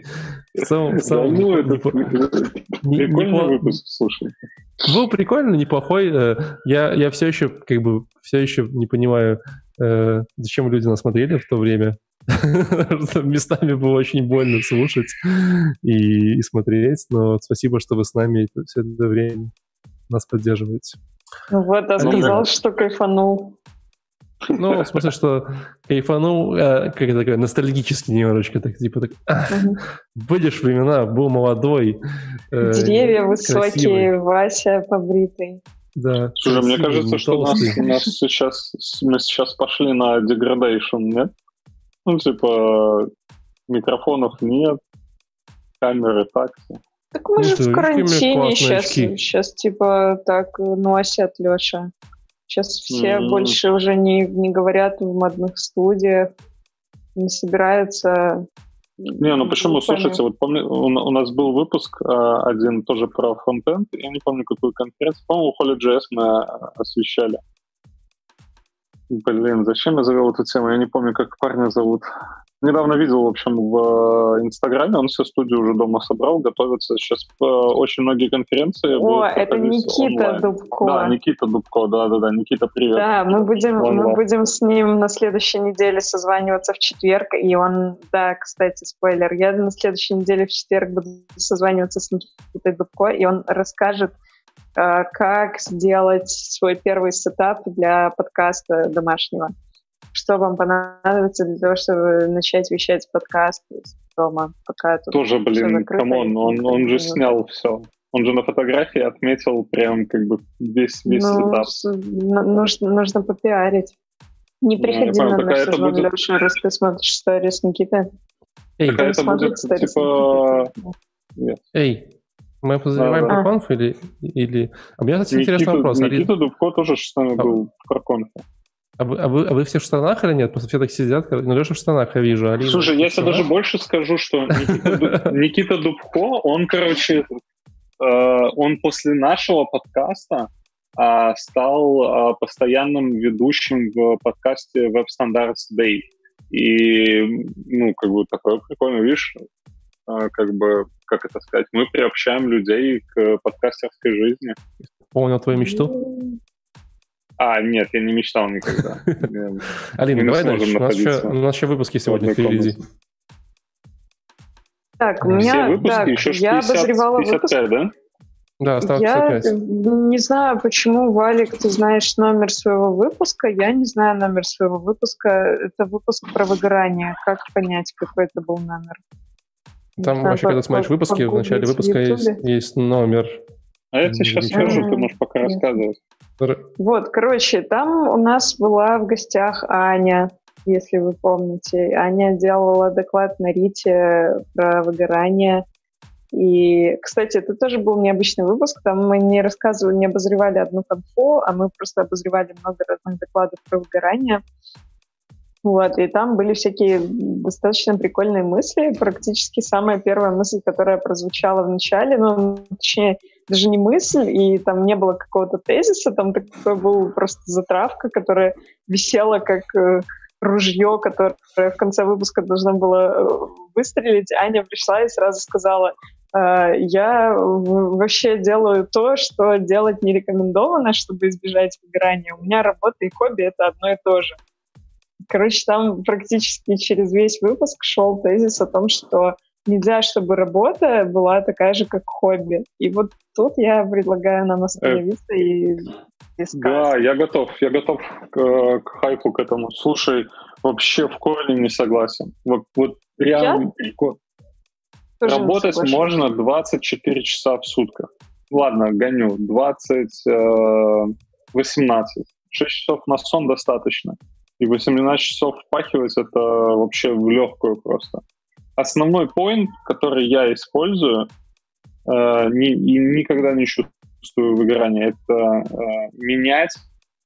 Прикольный выпуск, слушай. Был прикольный, неплохой. Я все еще не понимаю, зачем люди нас смотрели в то время. Местами было очень больно слушать и смотреть. Но спасибо, что вы с нами все это время нас поддерживаете. Ну вот, а сказал, что кайфанул. Ну, в смысле, что кайфанул, как это такое, ностальгически немножечко, так, типа, так, были ж времена, был молодой. Деревья высокие, красивый. Вася побритый. Да. Слушай, мне кажется, что мы сейчас пошли на degradation, нет? Ну, типа, микрофонов нет, камеры так. Так мы же в карантине сейчас типа так носят, Леша. Сейчас все больше уже не говорят в модных студиях, не собираются. Не, ну почему? Слушайте, вот помню, у нас был выпуск один тоже про фронтенд, я не помню, какую конференцию, по-моему, Holy.js мы освещали. Блин, зачем я завел эту тему? Я не помню, как парня зовут. Недавно видел, в общем, в Инстаграме, он всю студию уже дома собрал, готовится. Сейчас очень многие конференции. О, это Никита онлайн. Дубко. Да, Никита Дубко, да. Никита, привет. Да, мы будем с ним на следующей неделе созваниваться в четверг, и он, да, кстати, спойлер, я на следующей неделе в четверг буду созваниваться с Никитой Дубко, и он расскажет, как сделать свой первый сетап для подкаста домашнего. Что вам понадобится для того, чтобы начать вещать подкаст дома, пока тут тоже, блин, камон, он же снял все. Он же на фотографии отметил прям как бы весь сетап. Нужно попиарить. Не приходи на наш сезон, Леша, раз ты смотришь сторис Никиты. Это будет типа... Эй, мы подозреваем про конф или... А у меня, кстати, интересный вопрос. Никита Дубко тоже с нами был в конфе. А вы все в штанах или нет? Просто все так сидят. Ну, Леша в штанах, я вижу. Алина, слушай, я тебе даже больше скажу, что Никита Дубко, он, короче, он после нашего подкаста стал постоянным ведущим в подкасте Web Standards Day. И, ну, как бы такое прикольно, видишь, как бы, как это сказать, мы приобщаем людей к подкастерской жизни. Понял твою мечту? Нет, я не мечтал никогда. Алина, давай дальше. У нас еще выпуски сегодня впереди. Так, у меня, я обозревала выпуск. Да? Да, осталось 55. Я не знаю, почему, Валик, ты знаешь номер своего выпуска. Я не знаю номер своего выпуска. Это выпуск про выгорание. Как понять, какой это был номер? Там вообще, когда смотришь выпуски, в начале выпуска есть номер. А я тебе сейчас скажу, ты можешь пока рассказывать. Вот, короче, там у нас была в гостях Аня, если вы помните. Аня делала доклад на Рите про выгорание. И, кстати, это тоже был необычный выпуск. Там мы не рассказывали, не обозревали одну конфу, а мы просто обозревали много разных докладов про выгорание. Вот, и там были всякие достаточно прикольные мысли. Практически самая первая мысль, которая прозвучала в начале, ну, точнее, даже не мысль, и там не было какого-то тезиса, там такой был просто затравка, которая висела как ружье, которое в конце выпуска должно было выстрелить. Аня пришла и сразу сказала: я вообще делаю то, что делать не рекомендовано, чтобы избежать выгорания. У меня работа и хобби — это одно и то же. Короче, там практически через весь выпуск шел тезис о том, что нельзя, чтобы работа была такая же, как хобби. И вот тут я предлагаю нам остановиться и искать. Да, я готов к хайпу, к этому. Слушай, вообще в корне не согласен. Вот реально работать можно 24 часа в сутках. Ладно, гоню. 18. 6 часов на сон достаточно. И 18 часов впахивать — это вообще в легкую просто. Основной поинт, который я использую, и никогда не чувствую выгорания. Это менять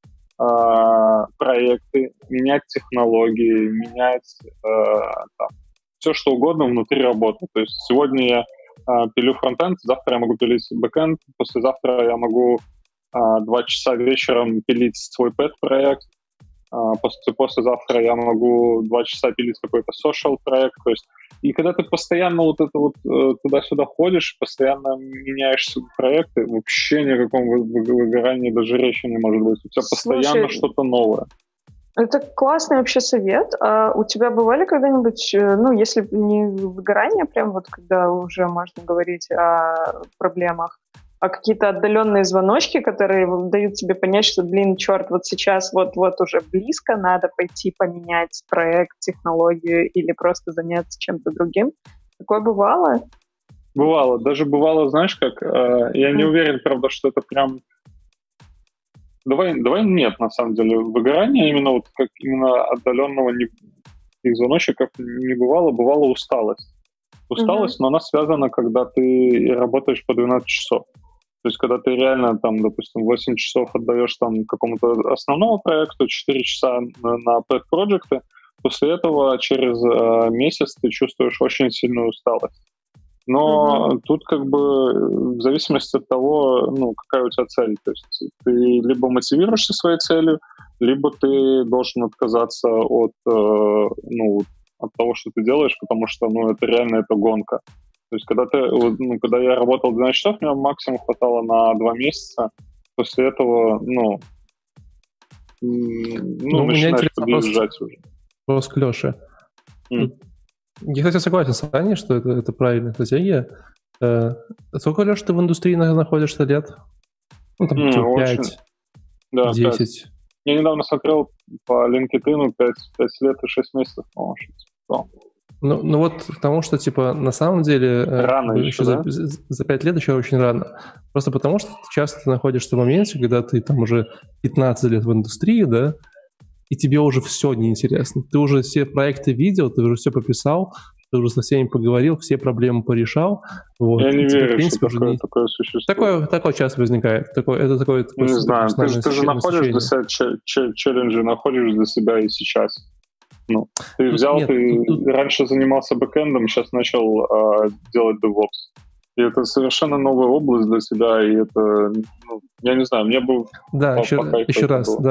проекты, менять технологии, менять все, что угодно внутри работы. То есть сегодня я пилю фронтенд, завтра я могу пилить бэкенд, послезавтра я могу 2 часа вечером пилить свой пэт-проект, послезавтра я могу 2 часа пилить какой-то social проект. То есть, и когда ты постоянно вот это вот туда-сюда ходишь, постоянно меняешь проекты, вообще ни о каком выгорании даже речи не может быть. У тебя постоянно что-то новое. Это классный вообще совет. А у тебя бывали когда-нибудь, ну, если не выгорание, прям вот когда уже можно говорить о проблемах, а какие-то отдаленные звоночки, которые дают тебе понять, что, блин, черт, вот сейчас вот уже близко, надо пойти поменять проект, технологию или просто заняться чем-то другим. Такое бывало? Бывало. Даже бывало, знаешь как, я не уверен, правда, что это прям... Давай нет, на самом деле. Выгорание именно вот как именно отдаленного их звоночек не бывало. Бывала усталость. Усталость, но она связана, когда ты работаешь по 12 часов. То есть, когда ты реально, там, допустим, 8 часов отдаешь там какому-то основному проекту, 4 часа на пэт-проджекты, после этого через месяц ты чувствуешь очень сильную усталость. Но тут как бы в зависимости от того, ну, какая у тебя цель. То есть ты либо мотивируешься своей целью, либо ты должен отказаться от того, что ты делаешь, потому что, ну, это реально это гонка. То есть когда я работал 12 часов, мне максимум хватало на 2 месяца. После этого, начинаешь подъезжать уже. Вопрос к Лёше. Я, кстати, согласен с Аней, что это правильная стратегия. Сколько, Лёш, ты в индустрии находишься лет? Ну, там, 5, 10. 5. Я недавно смотрел по LinkedIn 5 лет и 6 месяцев, по-моему. Ну вот потому что, типа, на самом деле рано еще, да? за 5 лет еще очень рано. Просто потому что часто ты находишься в моменте, когда ты там уже 15 лет в индустрии, да, и тебе уже все неинтересно. Ты уже все проекты видел, ты уже все пописал, ты уже со всеми поговорил, все проблемы порешал. Вот. Я не верю, что такое существует. Такое часто возникает. Не знаю, ты же находишь для себя челленджи, находишь для себя и сейчас. Ты раньше занимался бэкэндом, сейчас начал делать DevOps. И это совершенно новая область для себя, и это, я не знаю, мне бы... Да, еще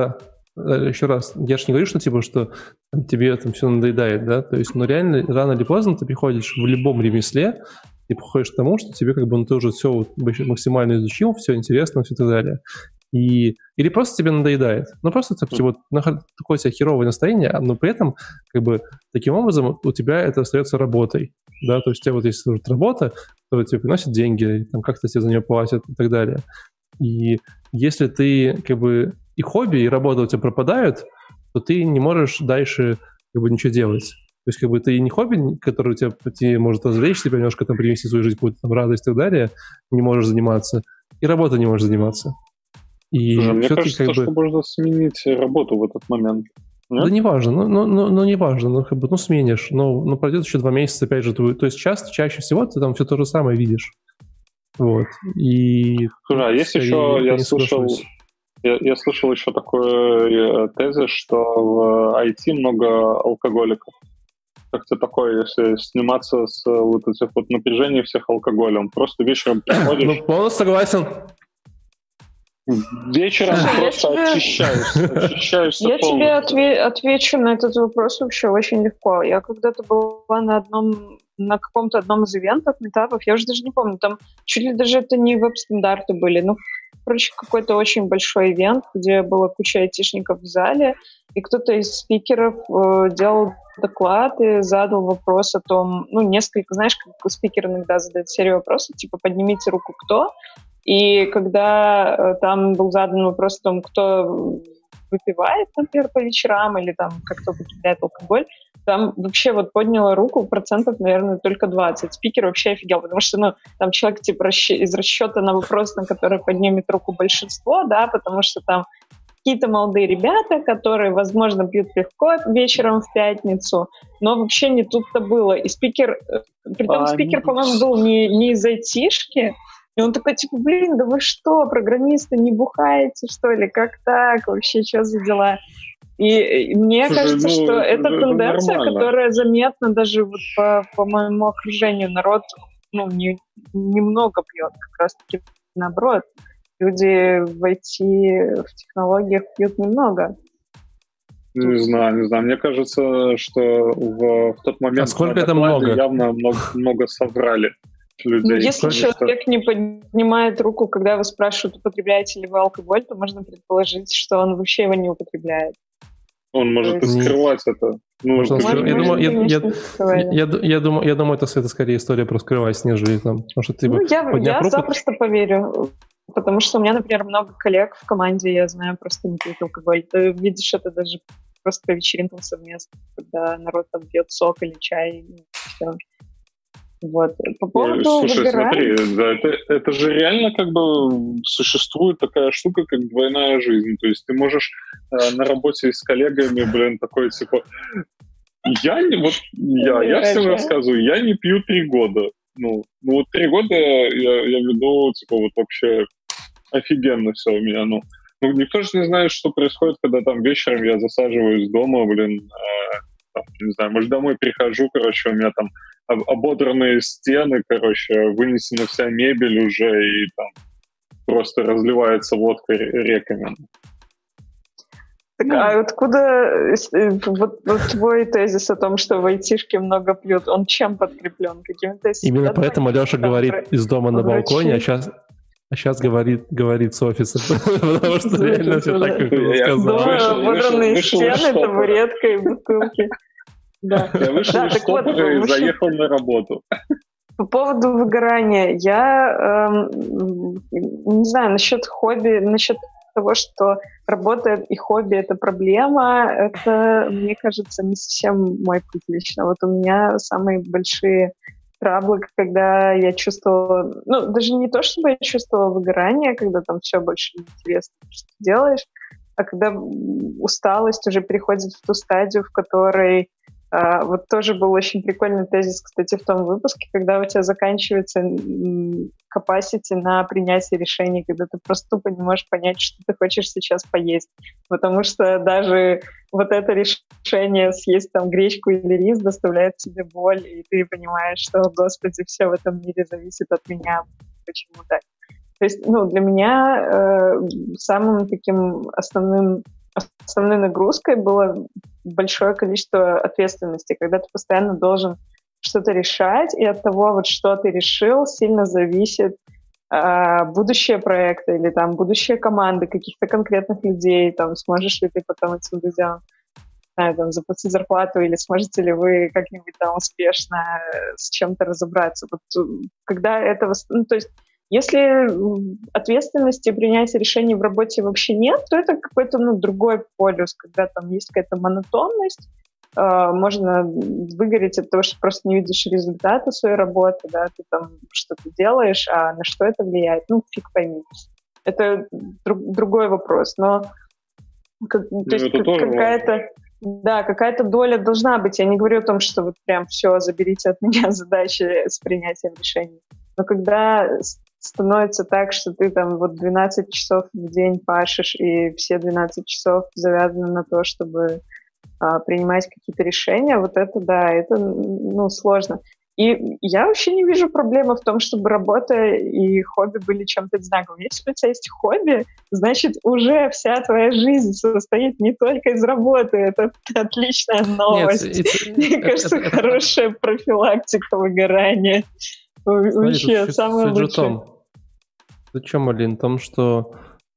раз, я же не говорю, что что тебе там все надоедает, да, то есть, реально, рано или поздно ты приходишь в любом ремесле, ты приходишь к тому, что тебе ты уже все максимально изучил, все интересно, все и так далее. Или просто тебе надоедает. Просто такое у тебя херовое настроение, но при этом таким образом у тебя это остается работой. Да? То есть у тебя есть работа, которая тебе приносит деньги, там, как-то тебе за нее платят и так далее. И если ты и хобби, и работа у тебя пропадают, то ты не можешь дальше ничего делать. То есть ты не хобби, который тебе может развлечь, тебя немножко привнести в свою жизнь какую-то радость и так далее, не можешь заниматься, и работа не можешь заниматься. И мне кажется, что можно сменить работу в этот момент. Нет? Да неважно, неважно, сменишь, но пройдет еще 2 месяца, опять же, то есть чаще всего ты там все то же самое видишь. Вот. И... Слушай, есть еще, я слышал еще такой тезис, что в IT много алкоголиков. Как тебе такое, если сниматься с этих напряжений всех алкоголем? Просто вечером приходишь... полностью согласен. Вечером просто очищаешься Я тебе отвечу на этот вопрос вообще очень легко. Я когда-то была на каком-то одном из ивентов, митапов, я уже даже не помню, там чуть ли даже это не веб-стандарты были, короче, какой-то очень большой ивент, где была куча айтишников в зале, и кто-то из спикеров делал доклад и задал вопрос о том, несколько, знаешь, как спикер иногда задает серию вопросов, типа «поднимите руку, кто?». И когда там был задан вопрос о том, кто выпивает, например, по вечерам или там как-то употребляет алкоголь, там вообще подняла руку процентов, наверное, только 20. Спикер вообще офигел, потому что, там человек из расчета на вопрос, на который поднимет руку большинство, да, потому что там какие-то молодые ребята, которые, возможно, пьют пивко вечером в пятницу, но вообще не тут-то было. И спикер, притом спикер, по-моему, был не из айтишки, и он такой, типа, блин, да вы что, программисты, не бухаете, что ли? Как так? Вообще, что за дела? И мне кажется, что это тенденция, которая заметна даже вот по моему окружению. Народ немного пьет, как раз-таки наоборот. Люди в IT, в технологиях пьют немного. Не знаю. Мне кажется, что в тот момент сколько это много? Явно много соврали людей. Если человек не поднимает руку, когда его спрашивают, употребляете ли вы алкоголь, то можно предположить, что он вообще его не употребляет. Он может скрывать это. Я думаю, это скорее история про скрывать, нежели там. Я запросто поверю. Потому что у меня, например, много коллег в команде, я знаю, просто не пьют алкоголь. Ты видишь это даже просто по вечеринкам совместно, когда народ там пьет сок или чай, и все. Вот. По поводу выгорания... Смотри, да, это же реально как бы существует такая штука, как двойная жизнь. То есть ты можешь на работе с коллегами, такой, типа, я всем рассказываю, я не пью 3 года. Ну, вот 3 года я веду, типа, вот вообще офигенно все у меня, ну, никто же не знает, что происходит, когда там вечером я засаживаюсь дома, там, не знаю, может, домой прихожу, короче, у меня там ободранные стены, короче, вынесена вся мебель уже, и там просто разливается водка реками. Так, а откуда вот твой тезис о том, что в айтишке много пьют, он чем подкреплен? Каким-то именно поэтому Леша говорит из дома на балконе, а сейчас говорит с офиса, потому что реально все так, как он сказал. Ободранные стены, табуретка и бутылки. Я вышел из штопора и заехал на работу. По поводу выгорания, я не знаю, насчет хобби, насчет того, что работа и хобби — это проблема, это, мне кажется, не совсем мой путь лично. Вот у меня самые большие траблы, когда я чувствовала, даже не то, чтобы я чувствовала выгорание, когда там все больше неинтересно, что ты делаешь, а когда усталость уже переходит в ту стадию, в которой вот тоже был очень прикольный тезис, кстати, в том выпуске, когда у тебя заканчивается capacity на принятие решений, когда ты просто тупо не можешь понять, что ты хочешь сейчас поесть. Потому что даже вот это решение съесть там гречку или рис доставляет тебе боль, и ты понимаешь, что, господи, все в этом мире зависит от меня. Почему так? То есть, для меня самым таким основной нагрузкой было большое количество ответственности, когда ты постоянно должен что-то решать, и от того, вот что ты решил, сильно зависит будущее проекта или там будущее команды, каких-то конкретных людей, там сможешь ли ты потом этим людям заплатить зарплату, или сможете ли вы как-нибудь там успешно с чем-то разобраться. Вот когда этого... то есть если ответственности и принятия решений в работе вообще нет, то это какой-то другой полюс, когда там есть какая-то монотонность, можно выгореть от того, что просто не видишь результата своей работы, да, ты там что-то делаешь, а на что это влияет, фиг пойми. Это другой вопрос, но какая-то доля должна быть. Я не говорю о том, что вот прям все, заберите от меня задачи с принятием решений. Но когда становится так, что ты там 12 часов в день пашешь, и все 12 часов завязаны на то, чтобы принимать какие-то решения, вот это, да, это, сложно. И я вообще не вижу проблемы в том, чтобы работа и хобби были чем-то одинаковым. Если у тебя есть хобби, значит, уже вся твоя жизнь состоит не только из работы. Это отличная новость. Мне кажется, хорошая профилактика выгорания. Вообще, самое лучшее. Тут что, Малин, в том, что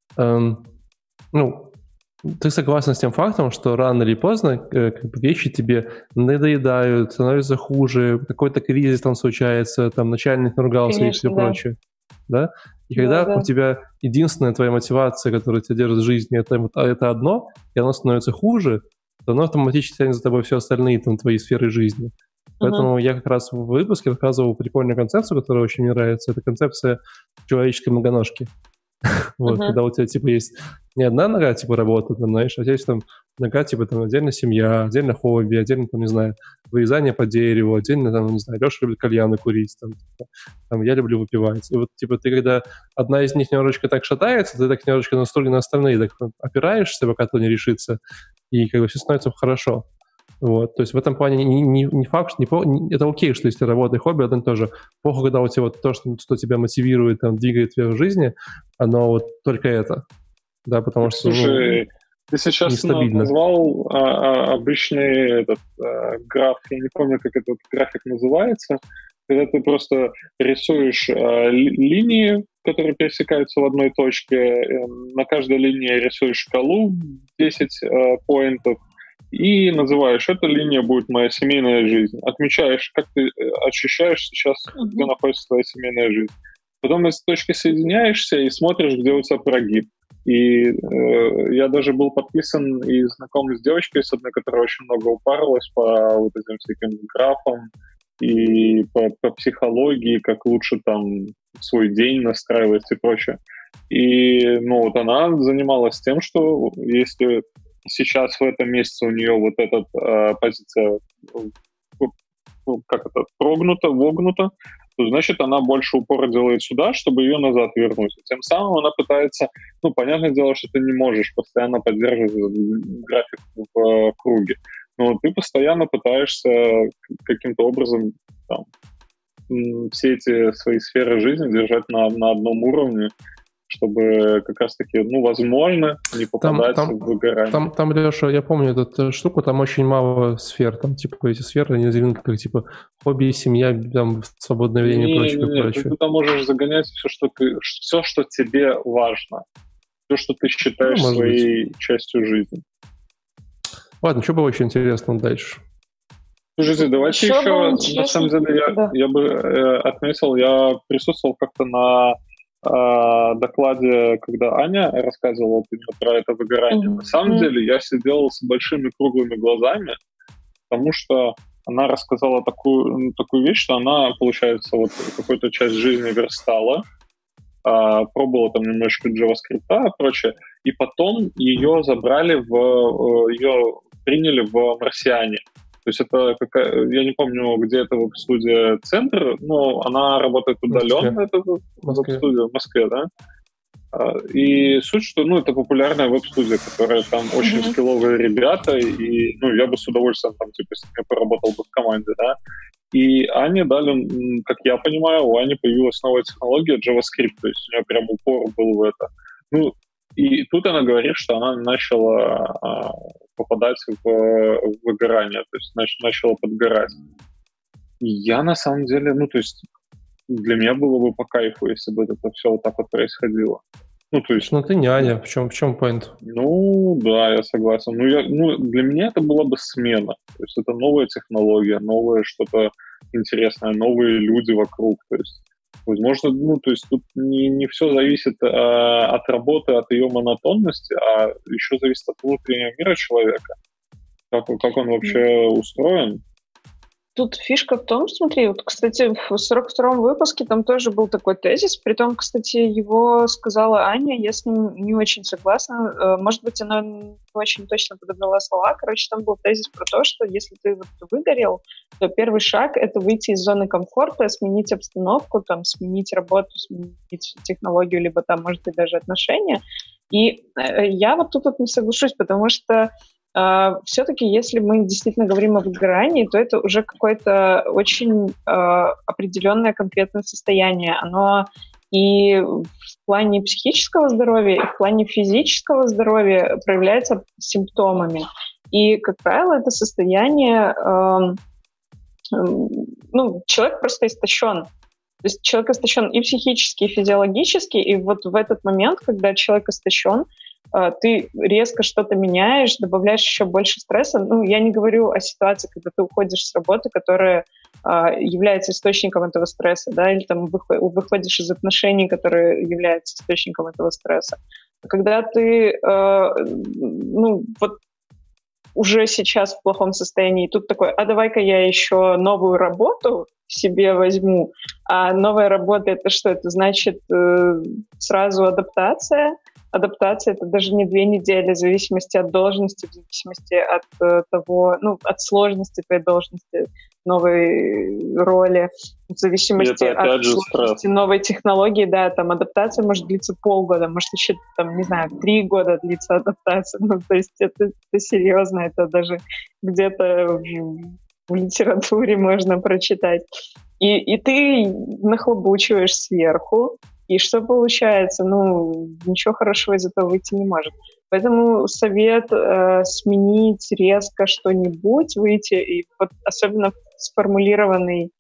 ты согласен с тем фактом, что рано или поздно вещи тебе надоедают, становятся хуже, какой-то кризис там случается, там начальник наругался, конечно, и все прочее. Да? И когда у тебя единственная твоя мотивация, которая тебя держит в жизни, это одно, и оно становится хуже, то оно автоматически тянет за тобой все остальные там, твои сферы жизни. Поэтому я как раз в выпуске рассказывал прикольную концепцию, которая очень мне нравится. Это концепция человеческой многоножки. Вот, когда у тебя, типа, есть не одна нога, типа, работа, там, знаешь, а у тебя есть там нога, типа, там, отдельно семья, отдельно хобби, отдельно, там, не знаю, вырезание по дереву, отдельно, там, не знаю, Леша любит кальяны курить, там, я люблю выпивать. И вот, типа, ты, когда одна из них немножечко так шатается, ты так немножечко на стуле на остальные так опираешься, пока то не решится, и, как бы, все становится хорошо. Вот, то есть в этом плане не факт, это окей, что если работа и хобби, одно и то же. Плохо, когда у тебя вот то, что тебя мотивирует, там, двигает тебя в жизни, оно вот только это. Да, потому что, слушай, ты сейчас назвал обычный граф, я не помню, как этот график называется, когда ты просто рисуешь линии, которые пересекаются в одной точке, на каждой линии рисуешь шкалу 10 поинтов, и называешь, эта линия будет моя семейная жизнь. Отмечаешь, как ты ощущаешь сейчас, где находится твоя семейная жизнь. Потом из точки соединяешься и смотришь, где у тебя прогиб. И я даже был подписан и знаком с девочкой, с одной, которая очень много упарилась по вот этим всяким графам и по психологии, как лучше там свой день настраивать и прочее. И ну вот она занималась тем, что если сейчас в этом месяце у нее вот эта позиция как это, вогнута, то значит она больше упора делает сюда, чтобы ее назад вернуть. И тем самым она пытается, ну, понятное дело, что ты не можешь постоянно поддерживать график в круге, но ты постоянно пытаешься каким-то образом там, все эти свои сферы жизни держать на одном уровне, чтобы как раз-таки, ну, возможно, не попадать в выгорание. Там, Леша, я помню эту штуку, там очень мало сфер, там, типа, эти сферы, они разделены как, типа, хобби, семья, там, свободное время и прочее. Ты туда можешь загонять все, что тебе важно, все, что ты считаешь своей частью жизни. Ладно, что было очень интересно дальше? Слушайте, давайте еще, на самом деле, я бы отметил, я присутствовал как-то на докладе, когда Аня рассказывала про это выгорание. На самом деле я сидел с большими круглыми глазами, потому что она рассказала такую вещь, что она, получается, вот какую-то часть жизни верстала, пробовала там немножечко JavaScript и прочее, и потом ее приняли в «Марсиане». То есть это я не помню, где это веб-студия центр, но она работает удаленно, это веб-студия в Москве, да? И суть, что, ну, это популярная веб-студия, которая там очень скилловые ребята, и, ну, я бы с удовольствием там, типа, с ними поработал бы в команде, да? И Ане дали, как я понимаю, у Ани появилась новая технология JavaScript, то есть у нее прям упор был в это. Ну, и тут она говорит, что она начала попадать в выгорание, то есть начала подгорать. И я на самом деле, ну, то есть для меня было бы по кайфу, если бы это все вот так вот происходило. Ну, то есть... Ну, ты не Аня, в чем point? Ну, да, я согласен. Для меня это была бы смена. То есть это новая технология, новое что-то интересное, новые люди вокруг. То есть, возможно, ну, то есть тут не все зависит от работы, от ее монотонности, а еще зависит от внутреннего мира человека. Как он вообще устроен. Тут фишка в том, смотри, вот, кстати, в 42-м выпуске там тоже был такой тезис, притом, кстати, его сказала Аня, я с ним не очень согласна, может быть, она не очень точно подобрала слова, короче, там был тезис про то, что если ты вот выгорел, то первый шаг — это выйти из зоны комфорта, сменить обстановку, там, сменить работу, сменить технологию, либо там, может быть, даже отношения, и я вот тут не соглашусь, потому что все-таки, если мы действительно говорим о выгорании, то это уже какое-то очень определенное конкретное состояние. Оно и в плане психического здоровья, и в плане физического здоровья проявляется симптомами. И, как правило, это состояние... человек просто истощен. То есть человек истощен и психически, и физиологически, и вот в этот момент, когда человек истощен, ты резко что-то меняешь, добавляешь еще больше стресса. Ну, я не говорю о ситуации, когда ты уходишь с работы, которая является источником этого стресса, да, или там выходишь из отношений, которые являются источником этого стресса. Когда ты, вот уже сейчас в плохом состоянии, и тут такой, давай-ка я еще новую работу себе возьму. А новая работа — это что? Это значит сразу адаптация. Адаптация — это даже не 2 недели, в зависимости от должности, в зависимости от того, от сложности твоей должности, новой роли, в зависимости от сложности новой технологии, да, там адаптация может длиться полгода, может еще, там, не знаю, 3 года длится адаптация, то есть это серьезно, это даже где-то в литературе можно прочитать. И ты нахлобучиваешь сверху, и что получается? Ничего хорошего из этого выйти не может. Поэтому совет сменить резко что-нибудь, выйти, и вот особенно сформулированный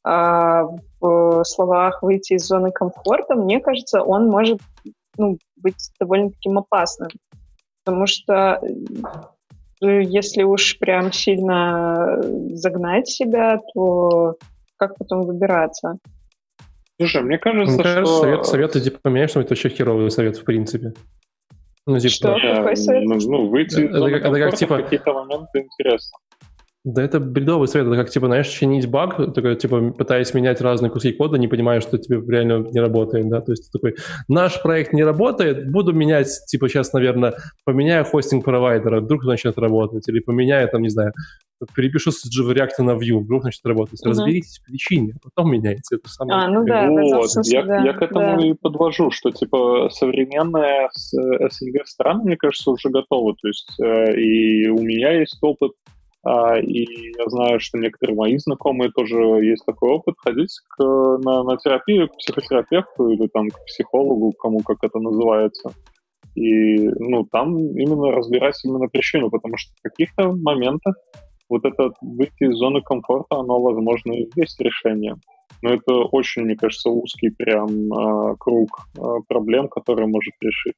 в словах выйти из зоны комфорта, мне кажется, он может быть довольно таким опасным. Потому что если уж прям сильно загнать себя, то как потом выбираться? Слушай, мне кажется, что... Совет иди поменяешь, что это вообще херовый совет, в принципе. Что? Какой совет? Выйти из зоны комфорта в какие-то моменты интересно. Да это бредовый совет, это как, знаешь, чинить баг, такой, пытаясь менять разные куски кода, не понимая, что тебе реально не работает, да, то есть такой, наш проект не работает, буду менять, сейчас, наверное, поменяю хостинг-провайдера, вдруг начнет работать, или поменяю, там, не знаю, перепишу с React на Vue, вдруг начнет работать. Разберитесь в причине, а потом меняйте это самое. Я к этому и подвожу, что, современная СНГ страны, мне кажется, уже готовы, то есть и у меня есть опыт, и я знаю, что некоторые мои знакомые тоже есть такой опыт, ходить на терапию к психотерапевту или там к психологу, кому как это называется. И там именно разбирать именно причину, потому что в каких-то моментах вот это выйти из зоны комфорта, оно, возможно, и есть решение. Но это очень, мне кажется, узкий прям круг проблем, которые может решить.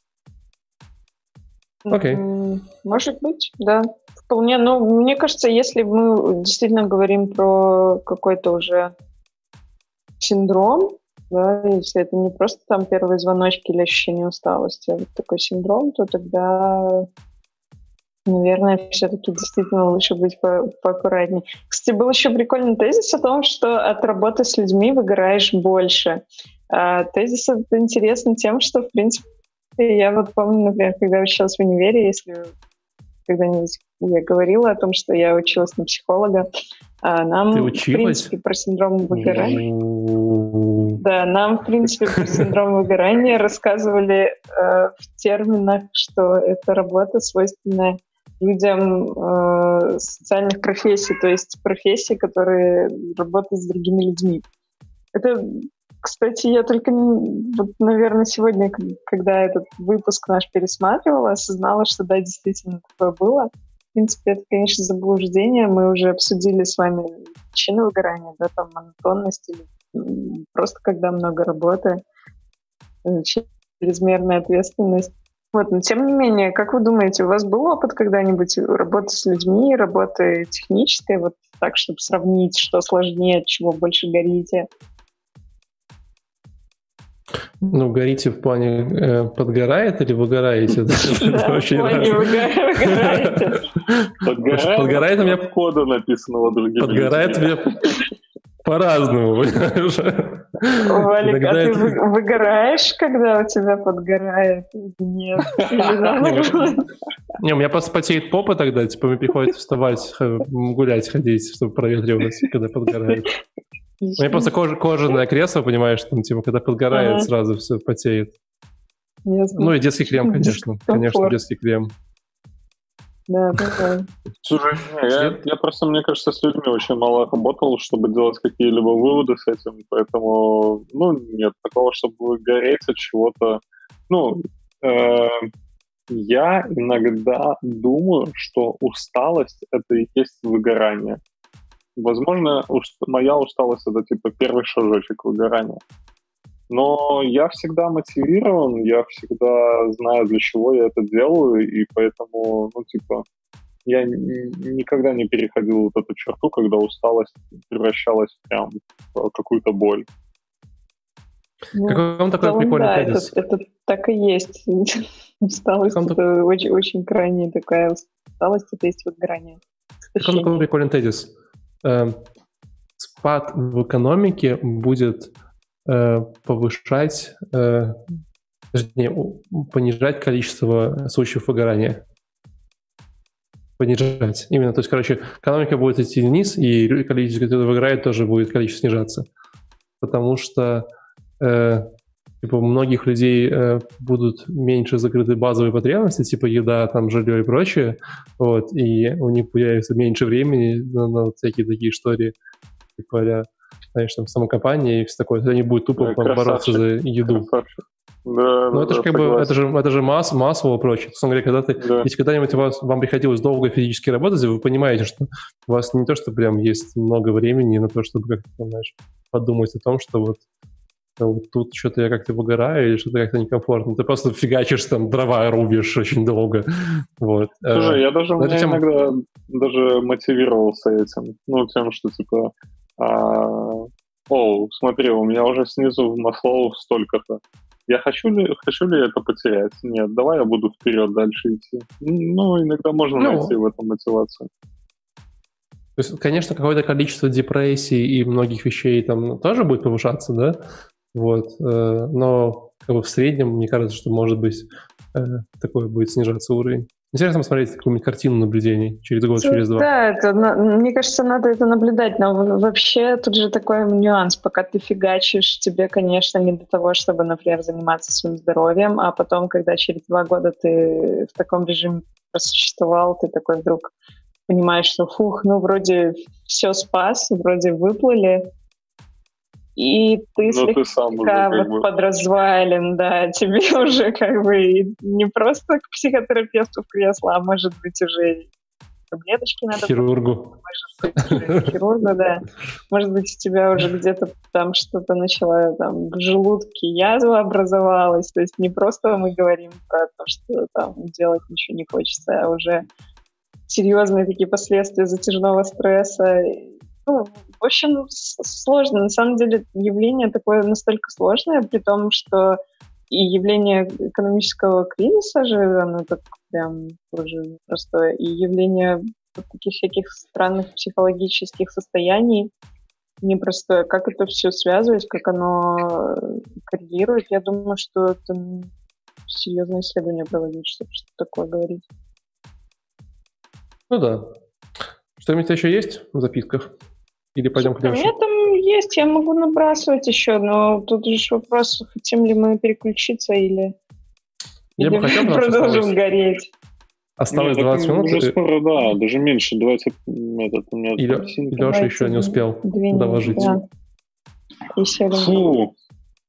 Окей. Может быть, да. Вполне. Мне кажется, если мы действительно говорим про какой-то уже синдром, да, если это не просто там первые звоночки или ощущение усталости, а вот такой синдром, то тогда, наверное, все-таки действительно лучше быть поаккуратнее. Кстати, был еще прикольный тезис о том, что от работы с людьми выгораешь больше. Тезис этот интересен тем, что, в принципе, я вот помню, например, когда училась в универе, если когда-нибудь я говорила о том, что я училась на психолога, нам, в принципе, про синдром выгорания... Да, нам, в принципе, про синдром выгорания рассказывали в терминах, что это работа, свойственная людям социальных профессий, то есть профессии, которые работают с другими людьми. Это... Кстати, я только, наверное, сегодня, когда этот выпуск наш пересматривала, осознала, что да, действительно такое было. В принципе, это, конечно, заблуждение. Мы уже обсудили с вами причины выгорания, да, там монотонность или просто когда много работы, чрезмерная ответственность. Но тем не менее, как вы думаете, у вас был опыт когда-нибудь работы с людьми, работы технической, вот так, чтобы сравнить, что сложнее, от чего больше горите? Горите в плане подгорает или выгораете? Да, в плане выгораете. Подгорает у меня в коду написано другими. Подгорает мне по-разному. Валик, а ты выгораешь, когда у тебя подгорает? Нет. Не, у меня просто потеет попа тогда, мне приходится вставать, гулять, ходить, чтобы проветривать, когда подгорает. У меня просто кожаное кресло, понимаешь, там, когда подгорает, сразу все потеет. Ясно. И детский крем, конечно. Конечно, детский крем. Да. Слушай, я просто, мне кажется, с людьми очень мало работал, чтобы делать какие-либо выводы с этим, поэтому, нет такого, чтобы гореть от чего-то. Я иногда думаю, что усталость — это и есть выгорание. Возможно, моя усталость — это первый шажочек выгорания. Но я всегда мотивирован, я всегда знаю, для чего я это делаю, и поэтому, я никогда не переходил вот эту черту, когда усталость превращалась прям в какую-то боль. Какой он такой прикольный тезис? Это так и есть. Усталость — это очень, очень крайняя такая усталость, это есть выгорание. Какой он такой прикольный тезис? спад в экономике будет понижать количество случаев выгорания. Понижать. Именно, то есть, экономика будет идти вниз, и количество, которое выгорает, тоже будет количество снижаться. Потому что у многих людей будут меньше закрыты базовые потребности, типа еда, там, жилье и прочее, вот, и у них появится меньше времени на всякие такие истории, типа, знаешь, там, самокопание и все такое. Они будут тупо бороться за еду. Да, но это же это же массово прочее. Говоря, если когда-нибудь вам приходилось долго физически работать, вы понимаете, что у вас не то, что прям есть много времени на то, чтобы как-то, знаешь, подумать о том, что вот тут что-то я как-то выгораю или что-то как-то некомфортно. Ты просто фигачишь, там, дрова рубишь очень долго. Вот. Слушай, я даже иногда даже мотивировался этим. Тем, что типа смотри, у меня уже снизу в Маслоу столько-то. Я хочу ли это потерять? Нет, давай я буду вперед дальше идти. Иногда можно найти в этом мотивацию. То есть, конечно, какое-то количество депрессий и многих вещей там тоже будет повышаться, да? Вот. Но в среднем, мне кажется, что, может быть, такой будет снижаться уровень. Интересно посмотреть какую-нибудь картину наблюдений через год, через два. Да, мне кажется, надо это наблюдать, но вообще тут же такой нюанс. Пока ты фигачишь, тебе, конечно, не до того, чтобы, например, заниматься своим здоровьем, а потом, когда через 2 года ты в таком режиме просуществовал, ты такой вдруг понимаешь, что вроде все спас, вроде выплыли, и ты слегка подразвален, да, тебе уже не просто к психотерапевту в кресло, а может быть уже таблеточки надо... Хирургу. Хирургу, да. Может быть, у тебя уже где-то там что-то начало, там, в желудке язва образовалась, то есть не просто мы говорим про то, что там делать ничего не хочется, а уже серьезные такие последствия затяжного стресса. В общем, сложно. На самом деле явление такое настолько сложное, при том, что и явление экономического кризиса же, оно так прям тоже простое, и явление таких всяких странных психологических состояний непростое. Как это все связывать, как оно коррелирует, я думаю, что это серьезное исследование проводить, чтобы что-то такое говорить. Да. Что-нибудь еще есть в записках? Или пойдем к Леше? У меня там есть, я могу набрасывать еще, но тут же вопрос, хотим ли мы переключиться или бы хотел, продолжим гореть. Осталось 20 минут. Уже скоро, да, даже меньше. Давайте у меня... И Леша еще не успел доложить. Да. Фу!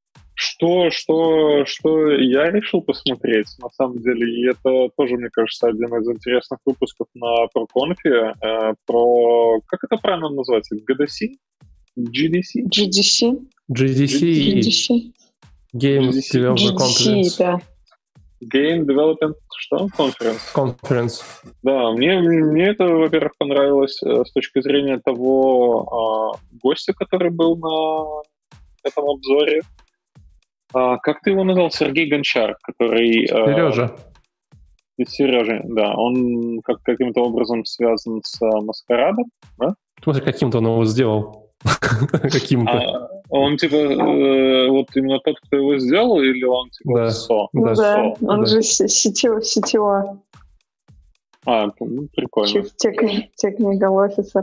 Что я решил посмотреть, на самом деле, и это тоже, мне кажется, один из интересных выпусков на ProConf, про, как это правильно назвать, GDC? GDC. Game Developer Conference. Да. Game Development, что? Conference. Да, мне это, во-первых, понравилось с точки зрения того гостя, который был на этом обзоре. Как ты его назвал? Сергей Гончар, который... Сережа, да. Он каким-то образом связан с Маскарадом, да? В смысле, каким-то он его сделал? Каким-то. Он типа вот именно тот, кто его сделал, или он типа СО? Да, он же сетево. Прикольно. Technical officer.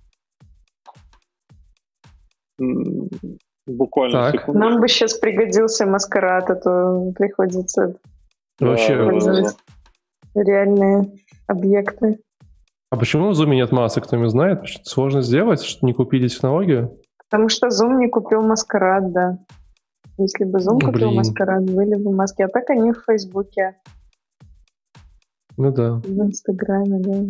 Буквально секунду. Нам бы сейчас пригодился Маскарад, а то приходится использовать реальные объекты. А почему в Zoom нет масок, кто-нибудь знает? Что сложно сделать, что не купили технологию? Потому что Zoom не купил Маскарад, да. Если бы Zoom купил Маскарад, были бы маски. А так они в Фейсбуке. Ну да. В Инстаграме, да.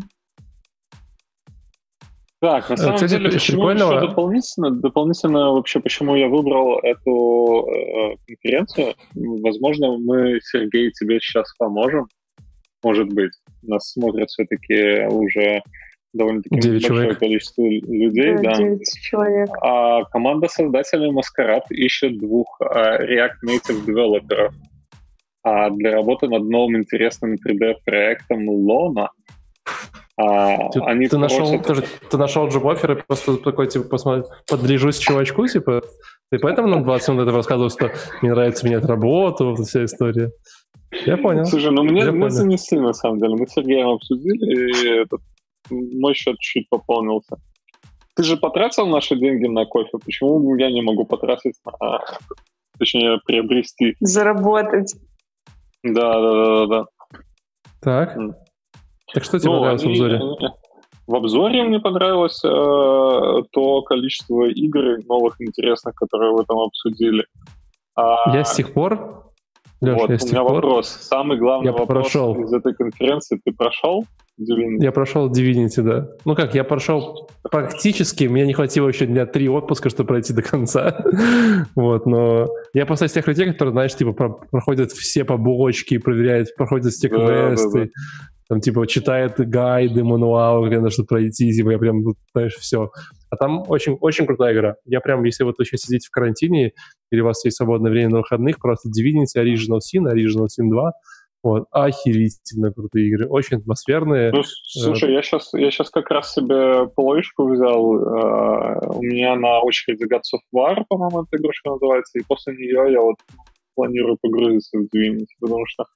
Так, на самом деле, дополнительно вообще, почему я выбрал эту конференцию, возможно, мы, Сергей, тебе сейчас поможем, может быть. Нас смотрят все-таки уже довольно-таки большое количество людей. Да. 9 человек. А команда создателей Маскарад ищет 2 React Native девелоперов для работы над новым интересным 3D-проектом Lona. Они ты нашел джоб-оффер и просто такой, типа, посмотри, подлежусь чувачку, типа, ты поэтому нам 20 минут это рассказывал, что мне нравится менять работу, вот вся история. Я понял. Слушай, мне занесли, на самом деле. Мы с Сергеем обсудили, и мой счет чуть пополнился. Ты же потратил наши деньги на кофе, почему я не могу потратить точнее, приобрести? Заработать. Да. Так что тебе понравилось в обзоре? В обзоре мне понравилось то количество игр новых, интересных, которые в этом обсудили. Я с тех пор... Леш, вот, у меня вопрос. Самый главный вопрос из этой конференции. Ты прошел Divinity? Я прошел Divinity, да. Ну как, я прошел практически, мне не хватило еще дня 3 отпуска, чтобы пройти до конца. Вот, но я просто из тех людей, которые, знаешь, типа проходят все побочки, проверяют, проходят все квесты, там, типа, читает гайды, мануалы, как надо что-то пройти, типа, я прям, знаешь, все. А там очень, очень крутая игра. Я прям, если вот вы сейчас сидите в карантине, или у вас есть свободное время на выходных, просто Divinity, Original Sin 2, вот, охерительно крутые игры, очень атмосферные. Ну, слушай, я сейчас как раз себе плойшку взял, у меня на очереди Gods of War, по-моему, эта игрушка называется, и после нее я вот планирую погрузиться в Divinity, потому что...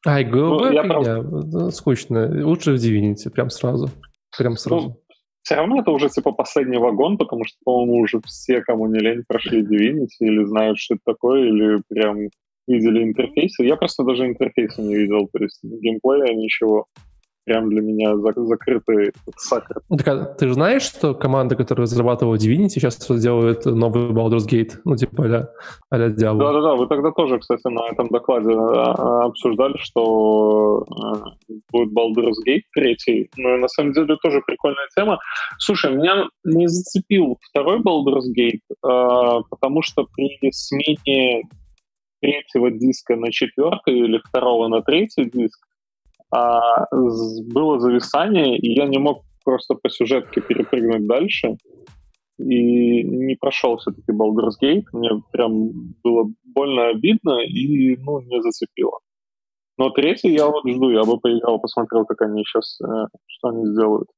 скучно. Лучше в Divinity, прям сразу. Все равно это уже типа последний вагон, потому что, по-моему, уже все, кому не лень, прошли Divinity или знают, что это такое, или прям видели интерфейсы. Я просто даже интерфейса не видел, то есть геймплея, ничего. Прям для меня закрытый сакр. Ты же знаешь, что команда, которая разрабатывала Divinity, сейчас делает новый Baldur's Gate, ну, типа а-ля Diablo. Да, вы тогда тоже, кстати, на этом докладе обсуждали, что будет Baldur's Gate 3, но на самом деле тоже прикольная тема. Слушай, меня не зацепил второй Baldur's Gate, потому что при смене третьего диска на четвертый или второго на третий диск было зависание, и я не мог просто по сюжетке перепрыгнуть дальше, и не прошел все-таки Baldur's Gate. Мне прям было больно обидно и, не зацепило. Но третий я вот жду, я бы поиграл, посмотрел, как они сейчас, что они сделают.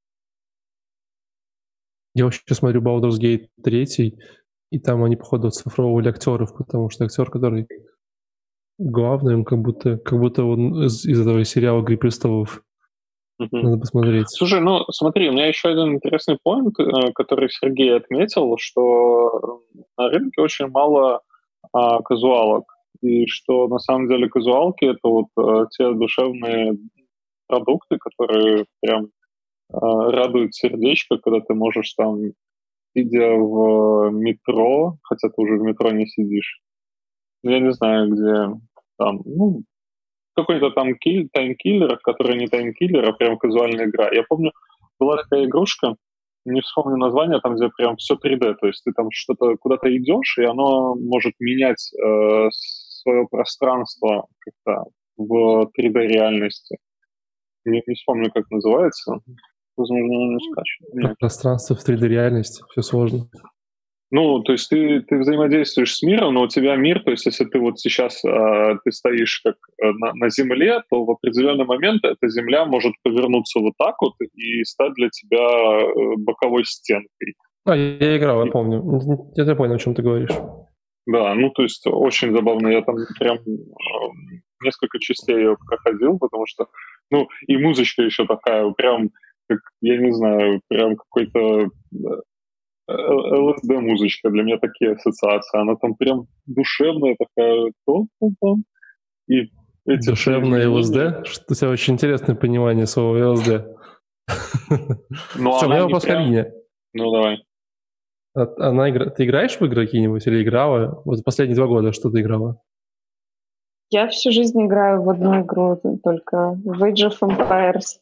Я вообще смотрю Baldur's Gate 3, и там они, походу, оцифровывали актеров, потому что актер, который главный, он как будто он из этого сериала «Игры престолов». Надо посмотреть. Слушай, смотри, у меня еще один интересный поинт, который Сергей отметил, что на рынке очень мало казуалок, и что на самом деле казуалки — это вот те душевные продукты, которые прям радуют сердечко, когда ты можешь там, сидя в метро, хотя ты уже в метро не сидишь, я не знаю, где там, какой-то там таймкиллер, который не таймкиллер, а прям казуальная игра. Я помню, была такая игрушка, не вспомню название, там, где прям все 3D, то есть ты там что-то куда-то идешь, и оно может менять свое пространство как-то в 3D-реальности. Не вспомню, как называется. Возможно, оно не скачет. Пространство в 3D-реальности, все сложно. То есть ты взаимодействуешь с миром, но у тебя мир, то есть если ты вот сейчас ты стоишь как на земле, то в определенный момент эта земля может повернуться вот так вот и стать для тебя боковой стенкой. Я играл, я помню. Я понял, о чем ты говоришь. Да, то есть очень забавно. Я там прям несколько частей ее проходил, потому что, и музычка еще такая, прям, как, я не знаю, прям какой-то... ЛСД-музычка, для меня такие ассоциации. Она там прям душевная такая. И душевная ЛСД? Что у тебя очень интересное понимание слова ЛСД. Все, у меня вопрос к Алине. Давай. Ты играешь в игры какие-нибудь или играла? Вот последние 2 года что ты играла? Я всю жизнь играю в одну игру, только в Age of Empires.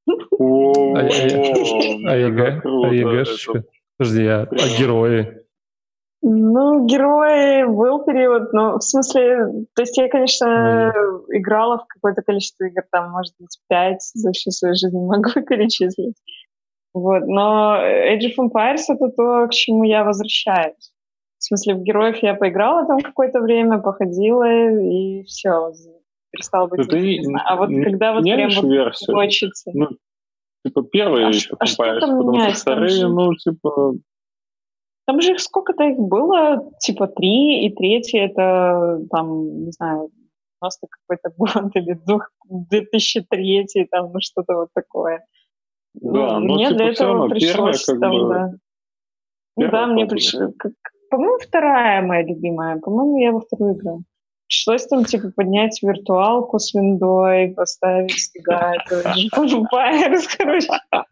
ЕГЭшечка? Подожди, а герои? Герои был период, в смысле, то есть я, конечно, играла в какое-то количество игр, там, может быть, 5 за всю свою жизнь могу перечислить. Вот, но Age of Empires — это то, к чему я возвращаюсь. В смысле, в героев я поиграла там какое-то время, походила, и все, перестало быть интересно. А вот когда вот прям вот хочется... Типа первые еще Empires, потому что вторые, ну, типа... Там же сколько-то их было, типа 3, и третий это, там, не знаю, 90 какой-то год, или 2003, там, ну, что-то вот такое. Да, но мне типа для этого первая, пришлось как там, бы... да. Ну да, мне пришлось... По-моему, вторая моя любимая. По-моему, я во вторую играю. Пришлось там, типа, поднять виртуалку с виндой, поставить туда Empires, короче.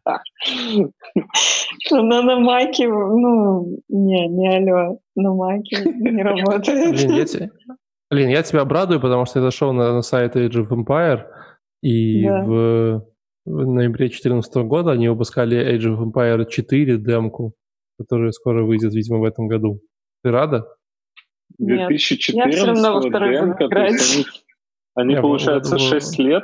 На маке, ну, не алло, на маке не работает. Блин, я тебя обрадую, потому что я зашел на сайт Age of Empire, и в ноябре 2014 года они выпускали Age of Empire 4 демку, которая скоро выйдет, видимо, в этом году. Ты рада? 2014 я все равно во второй буду играть. Они получается, 6 лет?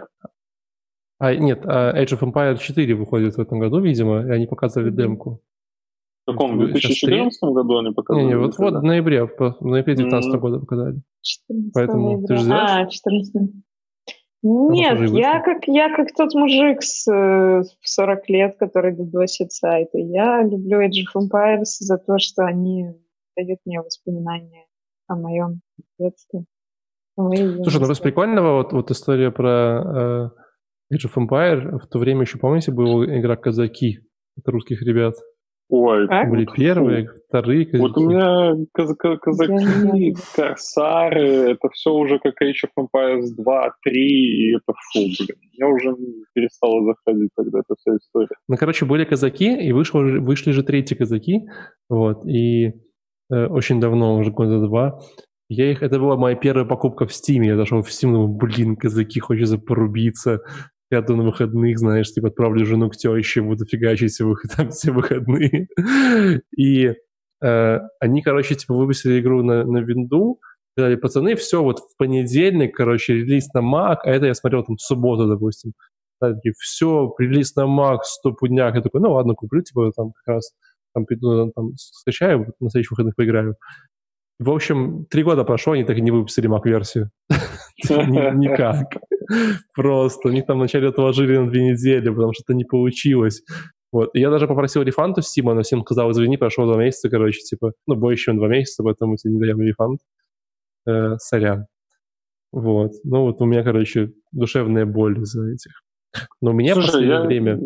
Нет, Age of Empire 4 выходит в этом году, видимо, и они показывали демку. В каком? В 2014 году они показали? Не, вот в ноябре 2019 года показали. 14 Поэтому ноября. ты же ждешь? 14. Нет, я как тот мужик в 40 лет, который дудосит сайты. Я люблю Age of Empires за то, что они дают мне воспоминания о моем детстве. Слушай, ну из прикольного вот история про Age of Empire. В то время еще, помните, была игра «Казаки» от русских ребят? Ой, были первые, вторые казаки. Вот у меня казаки, корсары, это все уже как Age of Empires 2, 3, и это блин. Я уже перестала заходить тогда, эта вся история. Ну, короче, были казаки, и вышли же третьи казаки, вот, и очень давно, уже года 2. Это была моя первая покупка в Steam. Я зашел в Steam, думаю, блин, казаки, хочется порубиться. Я на выходных, знаешь, типа отправлю жену к тёще, буду фигачить все выходные. И они, короче, типа выпустили игру на винду, сказали, пацаны, все, вот в понедельник, короче, релиз на Mac, а это я смотрел там в субботу, допустим. Такие, все, релиз на Mac, 100 пудняк. Я такой, ну ладно, куплю, типа там как раз там скачаю, на следующих выходных поиграю. В общем, 3 года прошло, они так и не выпустили Mac-версию. Никак. Просто. Они там вначале отложили на 2 недели, потому что это не получилось. Вот. И я даже попросил рефанд у Steam, но всем сказал, извини, прошло 2 месяца, короче, типа, ну, больше, чем 2 месяца, поэтому мы тебе не даем рефанд. Сорян. Вот. Ну, вот у меня, короче, душевная боль из-за этих. Но у меня в последнее время...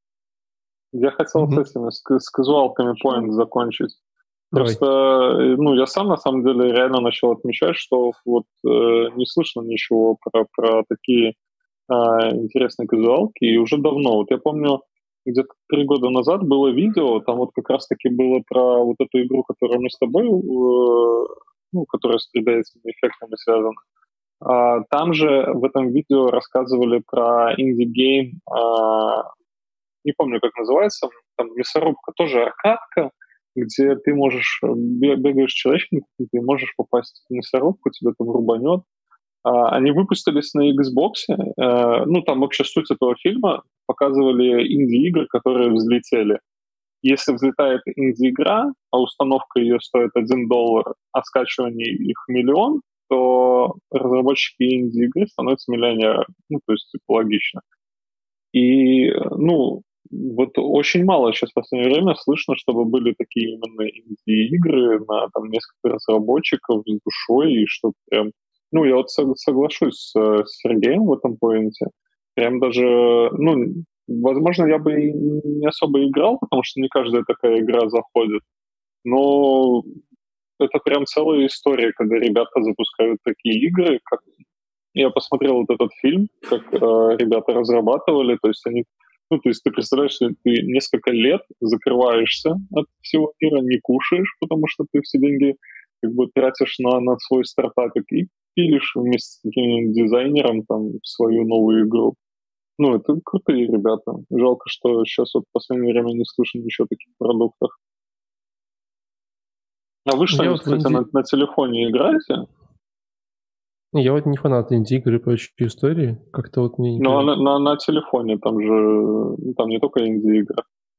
Я хотел с этими, с казуалками Point закончить. Просто, ну, я сам, на самом деле, реально начал отмечать, что вот не слышно ничего про такие интересные казуалки, и уже давно. Вот я помню, где-то 3 года назад было видео, там вот как раз-таки было про вот эту игру, которую мы с тобой, ну, которая с 3D-этими эффектами связана. Там же в этом видео рассказывали про инди-гейм, не помню, как называется, там мясорубка, тоже аркадка, где ты можешь, бегаешь человечком, ты можешь попасть в мясорубку, тебя там рубанет. Они выпустились на Xbox, ну, там вообще суть этого фильма, показывали инди-игры, которые взлетели. Если взлетает инди-игра, а установка ее стоит $1, а скачивание их $1 000 000, то разработчики инди-игры становятся миллионерами. Ну, то есть, типа, логично. И, ну, вот очень мало сейчас в последнее время слышно, чтобы были такие именно инди-игры на там несколько разработчиков с душой, и что прям... Ну, я вот соглашусь с Сергеем в этом поинте. Прям даже, ну, возможно, я бы и не особо играл, потому что не каждая такая игра заходит. Но это прям целая история, когда ребята запускают такие игры, как... Я посмотрел вот этот фильм, как ребята разрабатывали, то есть они... Ну, то есть ты представляешь, что ты несколько лет закрываешься от всего мира, не кушаешь, потому что ты все деньги как бы тратишь на свой стартапик и пилишь вместе с каким-нибудь дизайнером там свою новую игру. Ну, это крутые ребята. Жалко, что сейчас вот в последнее время не слышно ничего о таких продуктах. А вы что-нибудь, кстати, на телефоне играете? Я вот не фанат инди-игры по истории. Как-то вот мне не... Ну, а на телефоне там же... Там не только инди-игры.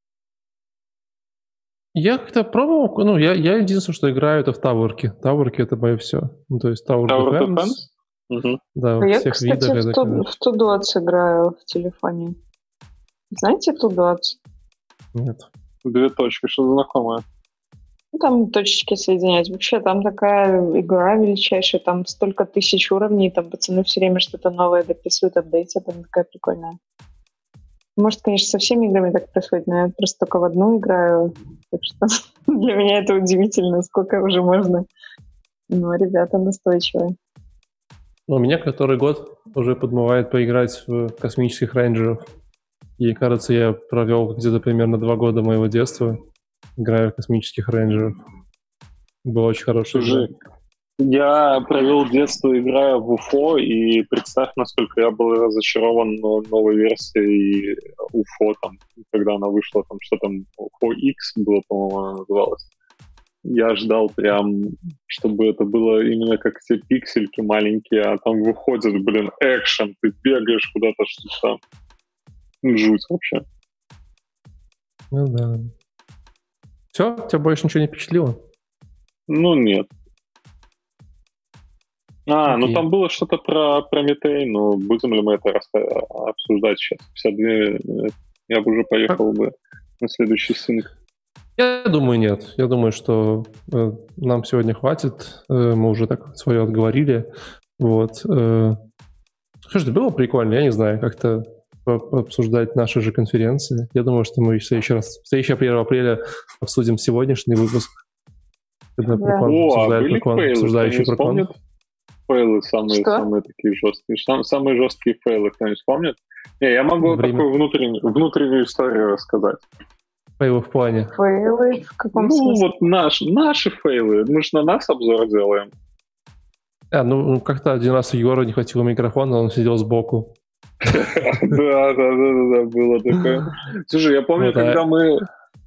Я как-то пробовал... Ну, я единственное, что играю, это в Таверке. Таверке — это мое все. Ну, то есть Tower Defense. Угу. Да, во я, всех кстати, видах. в Tudor играю в телефоне. Знаете ту дотс? Нет. 2 точки, что знакомое. Ну, там точечки соединяются. Вообще, там такая игра величайшая, там столько тысяч уровней, там пацаны все время что-то новое дописывают, апдейтят, там такая прикольная. Может, конечно, со всеми играми так происходит, но я просто только в одну играю, так что для меня это удивительно, сколько уже можно. Но ребята настойчивые. У меня который год уже подмывает поиграть в космических рейнджеров. И, кажется, я провел где-то примерно 2 года моего детства, играя в космических рейнджеров. Было очень хорошая игра. Я провел детство, играя в UFO, и представь, насколько я был разочарован новой версией UFO, там, когда она вышла, там, что там, UFO X было, по-моему, она называлась. Я ждал прям, чтобы это было именно как те пиксельки маленькие, а там выходит, экшен, ты бегаешь куда-то, что-то там. Жуть вообще. Ну да. Все? Тебя больше ничего не впечатлило? Ну, нет. Ну там было что-то про Прометей, но будем ли мы это обсуждать сейчас? 52, я бы уже поехал бы на следующий синк. Я думаю, нет. Я думаю, что нам сегодня хватит. Мы уже так свое отговорили. Вот. Слушайте, было прикольно, я не знаю, как-то обсуждать наши же конференции. Я думаю, что мы в следующий 1 апреля обсудим сегодняшний выпуск. Когда Прокон обсуждает Прокон, обсуждающий Прокон. Фейлы самые такие жесткие. Самые жесткие фейлы, кто-нибудь помнит? Не, я могу такую внутреннюю историю рассказать. Фейлы в плане? Фейлы в каком смысле? Вот наши фейлы. Мы же на нас обзор делаем. Как-то один раз у Егора не хватило микрофона, он сидел сбоку. Да, было такое. Слушай, я помню, когда мы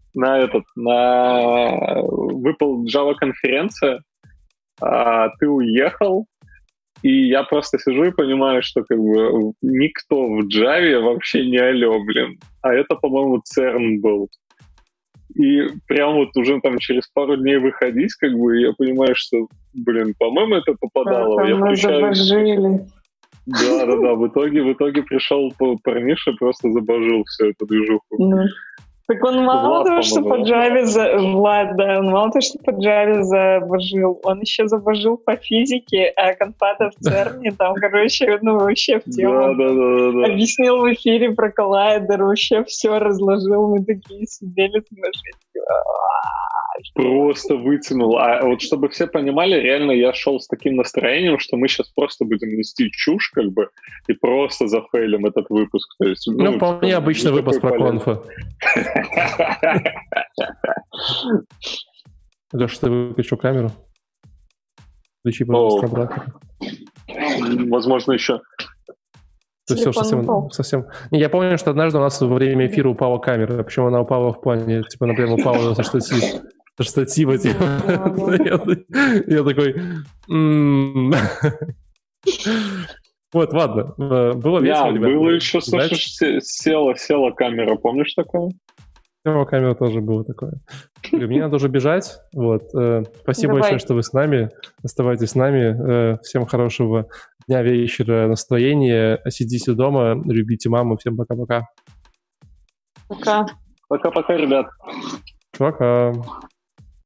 выпал Java-конференция, ты уехал, и я просто сижу и понимаю, что никто в Java вообще не алё, А это, по-моему, CERN был. И прям вот уже там через пару дней выходить, и я понимаю, что, по-моему, это попадало. Мы забожили. Да. В итоге пришел парниша, просто забожил всю эту движуху. Так он мало того, что по Java он мало того, что по Java забожил, он еще забожил по физике, а конфата в CERN, там, вообще в тему. Да. Объяснил в эфире про коллайдер, вообще все разложил, мы такие сидели, просто вытянул. А вот чтобы все понимали, реально я шел с таким настроением, что мы сейчас просто будем нести чушь, и просто зафейлим этот выпуск. То есть, вполне обычный выпуск про конфа. Леша, ты выключил камеру? Включи, пожалуйста, обратно. Возможно, еще. Все совсем. Я помню, что однажды у нас во время эфира упала камера. Причем она упала в плане, например, упала со штатива. Я такой... Вот, ладно. Было весело, ребята. Было еще, слушай, села камера. Помнишь такое? Села камера тоже было такое. Мне надо уже бежать. Вот. Спасибо большое, что вы с нами. Оставайтесь с нами. Всем хорошего дня, вечера, настроения. Сидите дома, любите маму. Всем пока-пока. Пока. Пока-пока, ребят. Пока.